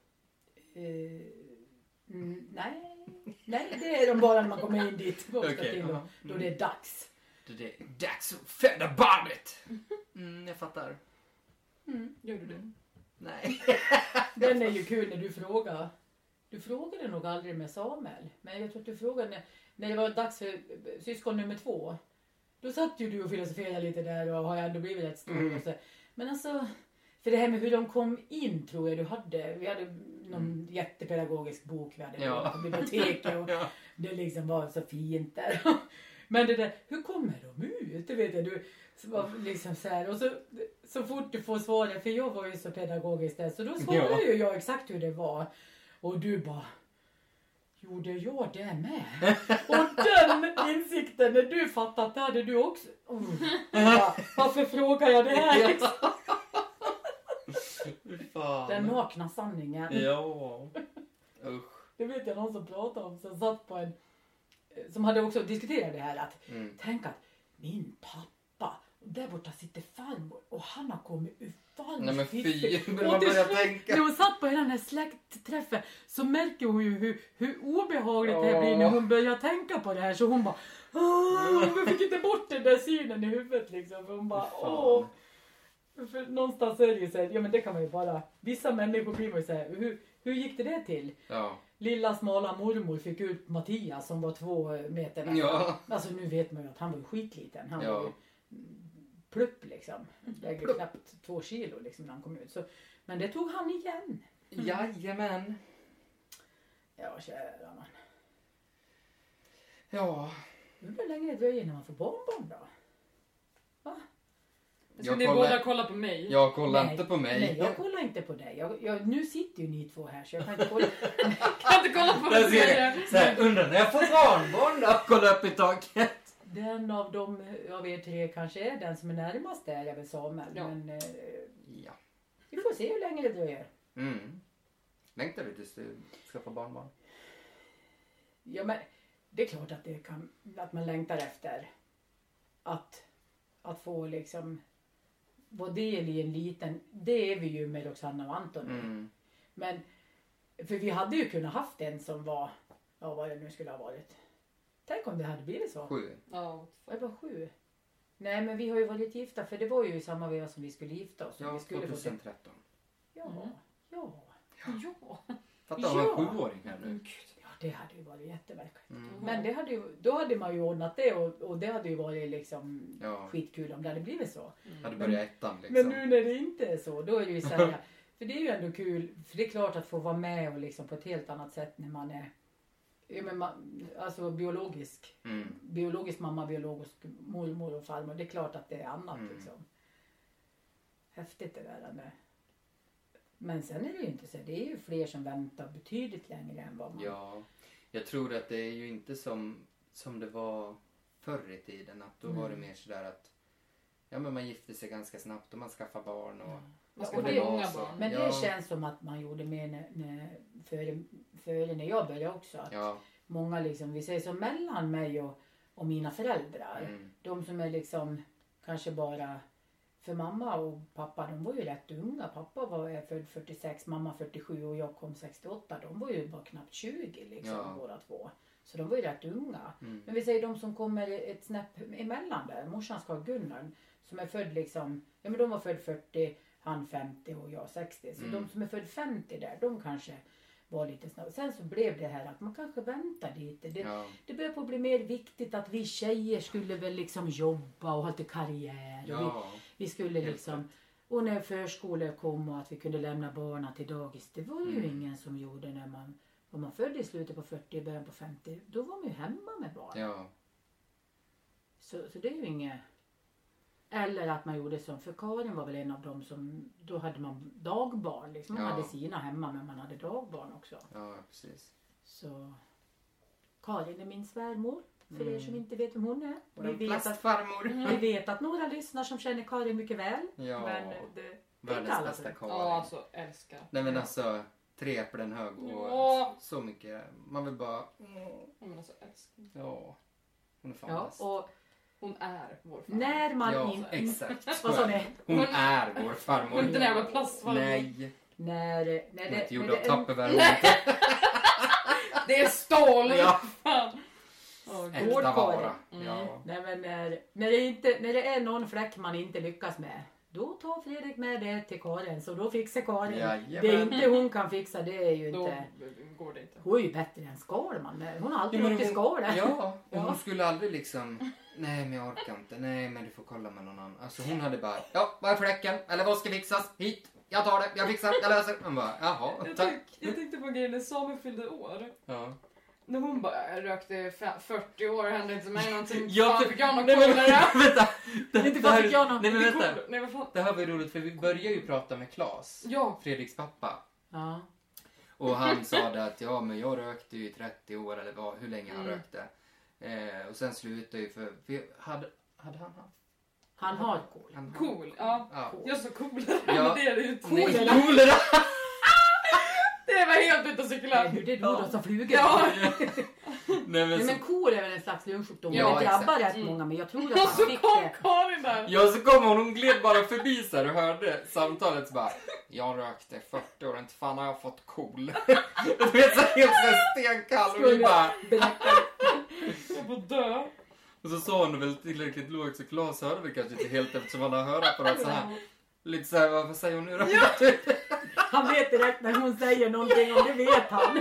[SPEAKER 2] Nej, det är de bara när man kommer in dit. Vad ska
[SPEAKER 1] Okej,
[SPEAKER 2] till då,
[SPEAKER 1] ja.
[SPEAKER 2] då det är dags.
[SPEAKER 1] Det är dags att föda barnet! Jag fattar.
[SPEAKER 3] Gör du det?
[SPEAKER 1] Nej.
[SPEAKER 2] Den är ju kul när du frågar. Du frågade nog aldrig med Samuel. Men jag tror att du frågade när det var dags för syskon nummer 2. Då satt ju du och filosoferade lite där och har ändå blivit rätt stor. Och så. Men alltså, för det här med hur de kom in tror jag du hade. Vi hade någon jättepedagogisk bok vi hade
[SPEAKER 1] Ja.
[SPEAKER 2] på biblioteket. Och
[SPEAKER 1] Ja.
[SPEAKER 2] det liksom var så fint där. Men det där, hur kommer de ut? Det vet jag, du var liksom så här. Och så fort du får svaret, för jag var ju så pedagogisk där, så då svarade ju jag exakt hur det var. Och du bara, gjorde jag det med? Och den insikten, när du fattat, det hade du också. Ja, varför frågar jag det här? Liksom?
[SPEAKER 1] Fan.
[SPEAKER 2] Den nakna sanningen.
[SPEAKER 1] Ja. Usch.
[SPEAKER 2] Det vet jag någon som pratade om, som satt på en, som hade också diskuterat det här att tänk att min pappa, och där borta sitter farmor och han har kommit ur farmors
[SPEAKER 1] Nej men
[SPEAKER 2] fiffi.
[SPEAKER 1] fy, börjar
[SPEAKER 2] Och
[SPEAKER 1] man
[SPEAKER 2] till
[SPEAKER 1] börja
[SPEAKER 2] slut,
[SPEAKER 1] tänka.
[SPEAKER 2] när hon satt på hela den här släktträffen så märker hon ju hur obehagligt det här blir när hon börjar tänka på det här. Så hon bara, hon fick inte bort den där synen i huvudet liksom. För hon bara,
[SPEAKER 1] Fan.
[SPEAKER 2] För någonstans är det ju så här, ja men det kan man ju bara, vissa människor blir man ju så här, hur gick det till?
[SPEAKER 1] Ja.
[SPEAKER 2] Lilla smala mormor fick ut Mattias som var 2 meter väl.
[SPEAKER 1] Ja.
[SPEAKER 2] Alltså nu vet man ju att han var ju skitliten. Han
[SPEAKER 1] Ja.
[SPEAKER 2] var ju plupp liksom. Vägde knappt 2 kilo liksom när han kom ut. Så, men det tog han igen.
[SPEAKER 1] Jajamän.
[SPEAKER 2] Ja, kära man.
[SPEAKER 1] Ja.
[SPEAKER 2] Hur länge det dröjer innan man får barnbarn då? Va?
[SPEAKER 3] Ska
[SPEAKER 1] Jag
[SPEAKER 3] ni
[SPEAKER 1] kollar-
[SPEAKER 3] båda kolla på mig?
[SPEAKER 1] Jag kollar
[SPEAKER 2] Nej,
[SPEAKER 1] inte på mig.
[SPEAKER 2] Nej, jag kollar inte på dig. Nu sitter ju ni 2 här så jag kan inte kolla.
[SPEAKER 3] Kan inte kolla på
[SPEAKER 1] Där
[SPEAKER 3] vad du
[SPEAKER 1] ser
[SPEAKER 3] säger.
[SPEAKER 1] jag. Så här, undrar när jag får barnbarn då? Kolla upp i taket.
[SPEAKER 2] Den av dem av er 3 kanske är den som är närmast där, är väl Samuel.
[SPEAKER 3] Ja.
[SPEAKER 2] Men
[SPEAKER 1] Ja.
[SPEAKER 2] vi får se hur länge det dröjer.
[SPEAKER 1] Längtar du tills du ska få barnbarn?
[SPEAKER 2] Ja, men det är klart att man längtar efter att få liksom vara del i en liten, det är vi ju med Roxanna och Anton. Men för vi hade ju kunnat haft en som var, ja vad det nu skulle ha varit. Tänk om det hade blivit så.
[SPEAKER 1] 7.
[SPEAKER 3] Ja.
[SPEAKER 2] Var det bara 7? Nej, men vi har ju varit gifta, för det var ju i samma veva som vi skulle gifta oss.
[SPEAKER 1] Ja,
[SPEAKER 2] vi skulle få
[SPEAKER 1] 2013.
[SPEAKER 2] ja.
[SPEAKER 3] Ja.
[SPEAKER 1] Fattar du,
[SPEAKER 2] Ja.
[SPEAKER 1] en 7-åring här nu.
[SPEAKER 2] Ja, det hade ju varit jättemärkligt.
[SPEAKER 1] Mm.
[SPEAKER 2] Men det hade ju, då hade man ju ordnat det och det hade ju varit liksom
[SPEAKER 1] Ja.
[SPEAKER 2] skitkul om det hade blivit så.
[SPEAKER 1] Hade börjat ettan liksom.
[SPEAKER 2] Men nu när det inte är så, då är det ju så här, för det är ju ändå kul, för det är klart att få vara med och liksom på ett helt annat sätt när man är, ja, men alltså biologisk mamma, biologisk mormor och farmor, det är klart att det är annat liksom. Häftigt det där med. Men sen är det ju inte så, det är ju fler som väntar betydligt längre än vad man...
[SPEAKER 1] Ja, jag tror att det är ju inte som det var förr i tiden. Att då var det mer sådär att ja, men man gifte sig ganska snabbt och man skaffar barn. Och,
[SPEAKER 3] Man ska
[SPEAKER 2] och
[SPEAKER 3] få
[SPEAKER 2] det-
[SPEAKER 3] många
[SPEAKER 1] så.
[SPEAKER 3] barn.
[SPEAKER 2] Men
[SPEAKER 1] Ja.
[SPEAKER 2] det känns som att man gjorde mer före när jag började också. Att
[SPEAKER 1] Ja.
[SPEAKER 2] många liksom, vi säger så mellan mig och mina föräldrar. De som är liksom kanske bara, för mamma och pappa, de var ju rätt unga. Pappa var född 46, mamma 47 och jag kom 68. De var ju bara knappt 20 liksom,
[SPEAKER 1] Ja.
[SPEAKER 2] båda 2. Så de var ju rätt unga. Men vi säger de som kommer ett snäpp emellan där. Morsan ska ha Gunnar. Som är född liksom, ja men de var född 40, han 50 och jag 60. Så de som är född 50 där, de kanske var lite snabba. Sen så blev det här att man kanske väntar lite. Det börjar på att bli mer viktigt att vi tjejer skulle väl liksom jobba och ha lite karriär. Och vi skulle liksom, och när förskolor kom och att vi kunde lämna barnen till dagis. Det var ju ingen som gjorde när man var man född i slutet på 40, början på 50. Då var man ju hemma med barn.
[SPEAKER 1] Ja.
[SPEAKER 2] Så det är ju inget. Eller att man gjorde som, för Karin var väl en av dem som, då hade man dagbarn liksom. Man hade sina hemma men man hade dagbarn också.
[SPEAKER 1] Ja, precis.
[SPEAKER 2] Så Karin är min svärmor. För er som inte vet vem hon är. Vi vet att några lyssnar som känner Karin mycket väl.
[SPEAKER 1] Ja,
[SPEAKER 2] men
[SPEAKER 1] världens bästa Karin.
[SPEAKER 3] Ja, alltså älskar.
[SPEAKER 1] Nej men alltså, 3 äpplen hög och så mycket. Man vill bara...
[SPEAKER 3] Men alltså älskar.
[SPEAKER 1] Ja, hon är fan bäst.
[SPEAKER 2] Och
[SPEAKER 3] hon är vår farmor.
[SPEAKER 2] när man
[SPEAKER 1] Ja, exakt.
[SPEAKER 2] Vad sa ni?
[SPEAKER 1] Hon är vår farmor.
[SPEAKER 3] Inte när jag var plastfarmor.
[SPEAKER 1] Nej.
[SPEAKER 2] När
[SPEAKER 1] Inte
[SPEAKER 2] det
[SPEAKER 1] gjord av Tupperware.
[SPEAKER 3] Det är stål.
[SPEAKER 1] Ja.
[SPEAKER 3] Fan.
[SPEAKER 1] Äkta vara. Ja.
[SPEAKER 2] Nej, men när det är någon fläck man inte lyckas med, då tar Fredrik med det till Karin. Så då fixar Karin.
[SPEAKER 1] Jajamän.
[SPEAKER 2] Det är inte hon kan fixa, det är ju
[SPEAKER 3] Då
[SPEAKER 2] inte.
[SPEAKER 3] går det inte.
[SPEAKER 2] Hon är ju bättre än Skalman. Hon har alltid varit i Skalen.
[SPEAKER 1] Ja, och hon skulle aldrig liksom... Nej, men jag orkar inte. Nej, men du får kolla med någon annan. Alltså hon hade bara... Ja, vad är fläcken? Eller vad ska fixas? Hit. Jag tar det. Jag fixar. Jag löser. Hon bara, jaha, tack.
[SPEAKER 3] Jag tänkte på grejen när Samuel fyllde år.
[SPEAKER 1] Ja.
[SPEAKER 3] När hon bara, jag rökte 40 år, hände inte mig någonting.
[SPEAKER 1] Ja,
[SPEAKER 3] Fan, fick jag någon
[SPEAKER 1] nej, men,
[SPEAKER 3] coolare?
[SPEAKER 1] vänta.
[SPEAKER 2] Inte bara fick jag någon.
[SPEAKER 1] Nej, men vänta.
[SPEAKER 3] Nej, vad fan?
[SPEAKER 1] Det här var ju roligt för vi började ju prata med Claes.
[SPEAKER 3] Ja.
[SPEAKER 1] Fredriks pappa.
[SPEAKER 2] Ja.
[SPEAKER 1] Och han sa det att ja, men jag rökte ju i 30 år eller vad, hur länge han rökte. Och sen slutade ju för hade han haft?
[SPEAKER 2] Han har cool.
[SPEAKER 3] Cool, ja.
[SPEAKER 1] Ja.
[SPEAKER 3] Jag sa coolare,
[SPEAKER 1] Ja.
[SPEAKER 3] men det är det ju inte.
[SPEAKER 1] Coolare.
[SPEAKER 3] Det var helt ute och cykla.
[SPEAKER 2] Det är då som flugor.
[SPEAKER 3] Ja.
[SPEAKER 1] Nej, men
[SPEAKER 2] Men cool är väl en slags lungsjukdom.
[SPEAKER 1] Ja,
[SPEAKER 2] det drabbar
[SPEAKER 1] exakt.
[SPEAKER 2] rätt många, men jag tror
[SPEAKER 3] Och
[SPEAKER 2] att han
[SPEAKER 3] så
[SPEAKER 2] fick
[SPEAKER 3] kom
[SPEAKER 2] det.
[SPEAKER 3] Karin där.
[SPEAKER 1] Ja, så kom hon gled bara förbi så här och hörde samtalet så bara, jag rökte 40 år, inte fan har jag fått cool. Du vet så helt så här stenkall och vi bara...
[SPEAKER 3] Jag får dö.
[SPEAKER 1] Och så sa hon väl tillräckligt lågt så Claes hörde väl kanske inte helt eftersom han har hört på det så här. Lite så här, vad säger hon nu då?
[SPEAKER 3] Ja.
[SPEAKER 2] Han vet direkt när hon säger någonting och det vet han.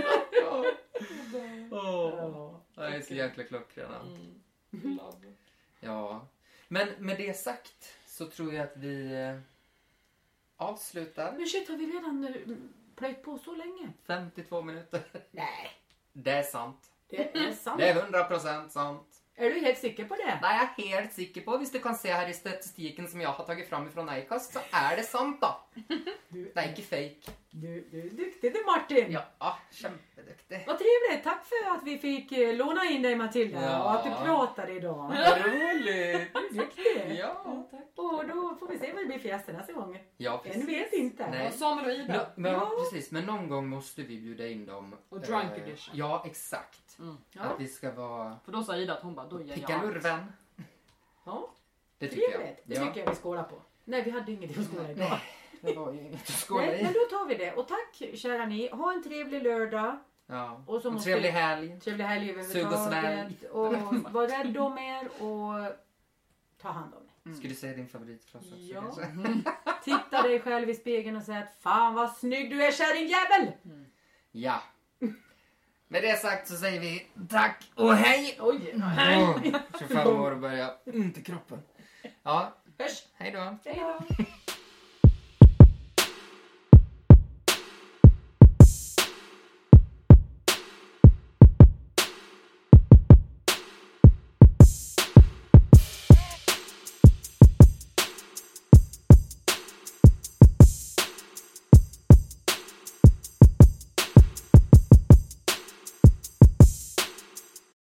[SPEAKER 1] Det är så jäkla klockrena.
[SPEAKER 3] Love.
[SPEAKER 1] Ja. Men med det sagt så tror jag att vi avslutar.
[SPEAKER 2] Men shit, har vi redan plöjt på så länge?
[SPEAKER 1] 52 minuter.
[SPEAKER 2] Nej,
[SPEAKER 1] Det är sant.
[SPEAKER 2] det är sant.
[SPEAKER 1] Det är 100% sant.
[SPEAKER 2] Är du helt säker på det?
[SPEAKER 1] Det är jag helt säker på. Hvis du kan se här i statistiken som jag har tagit fram ifrån Acast så är det sant då. Det är inte fake.
[SPEAKER 2] Du är duktig du Martin.
[SPEAKER 1] Ja, kämpeduktig.
[SPEAKER 2] Vad trevligt. Tack för att vi fick låna in dig Matilda.
[SPEAKER 1] Ja.
[SPEAKER 2] Och att du pratar idag.
[SPEAKER 1] Vad roligt.
[SPEAKER 2] Duktig.
[SPEAKER 1] Ja.
[SPEAKER 2] Och då får vi se vad det blir för gäster nästa gång.
[SPEAKER 1] Ja, precis.
[SPEAKER 2] En vet inte.
[SPEAKER 1] Nej.
[SPEAKER 3] Samuel och Ida.
[SPEAKER 1] Men, precis, men någon gång måste vi bjuda in dem.
[SPEAKER 3] Och drunk edition.
[SPEAKER 1] Ja, exakt.
[SPEAKER 2] Ja.
[SPEAKER 1] Att vi ska vara
[SPEAKER 3] För då sa Ida att hon bara, då ger jag
[SPEAKER 1] pickalurven.
[SPEAKER 2] Ja,
[SPEAKER 1] Det tycker jag.
[SPEAKER 2] trevligt. Det tycker jag vi skålar på. Nej, vi hade inget att skåla idag.
[SPEAKER 1] Det var ju inget att skåla
[SPEAKER 2] Nej,
[SPEAKER 1] i.
[SPEAKER 2] men då tar vi det. Och tack kära ni. Ha en trevlig lördag.
[SPEAKER 1] Ja.
[SPEAKER 2] Och så
[SPEAKER 1] En
[SPEAKER 2] måste
[SPEAKER 1] trevlig helg.
[SPEAKER 2] Trevlig helg
[SPEAKER 1] Sug och svälj.
[SPEAKER 2] överhuvudtaget. Och var rädd om er och ta hand om er.
[SPEAKER 1] Ska du säga din favoritfras också?
[SPEAKER 2] Ja.
[SPEAKER 1] kanske?
[SPEAKER 2] Titta dig själv i spegeln och säg att fan vad snygg du är kärringjävel!
[SPEAKER 1] Ja. Med det sagt så säger vi tack och hej!
[SPEAKER 2] Oj,
[SPEAKER 1] 25 år och börja ont i kroppen. Ja,
[SPEAKER 2] hörs!
[SPEAKER 1] hej då.
[SPEAKER 2] Hej då!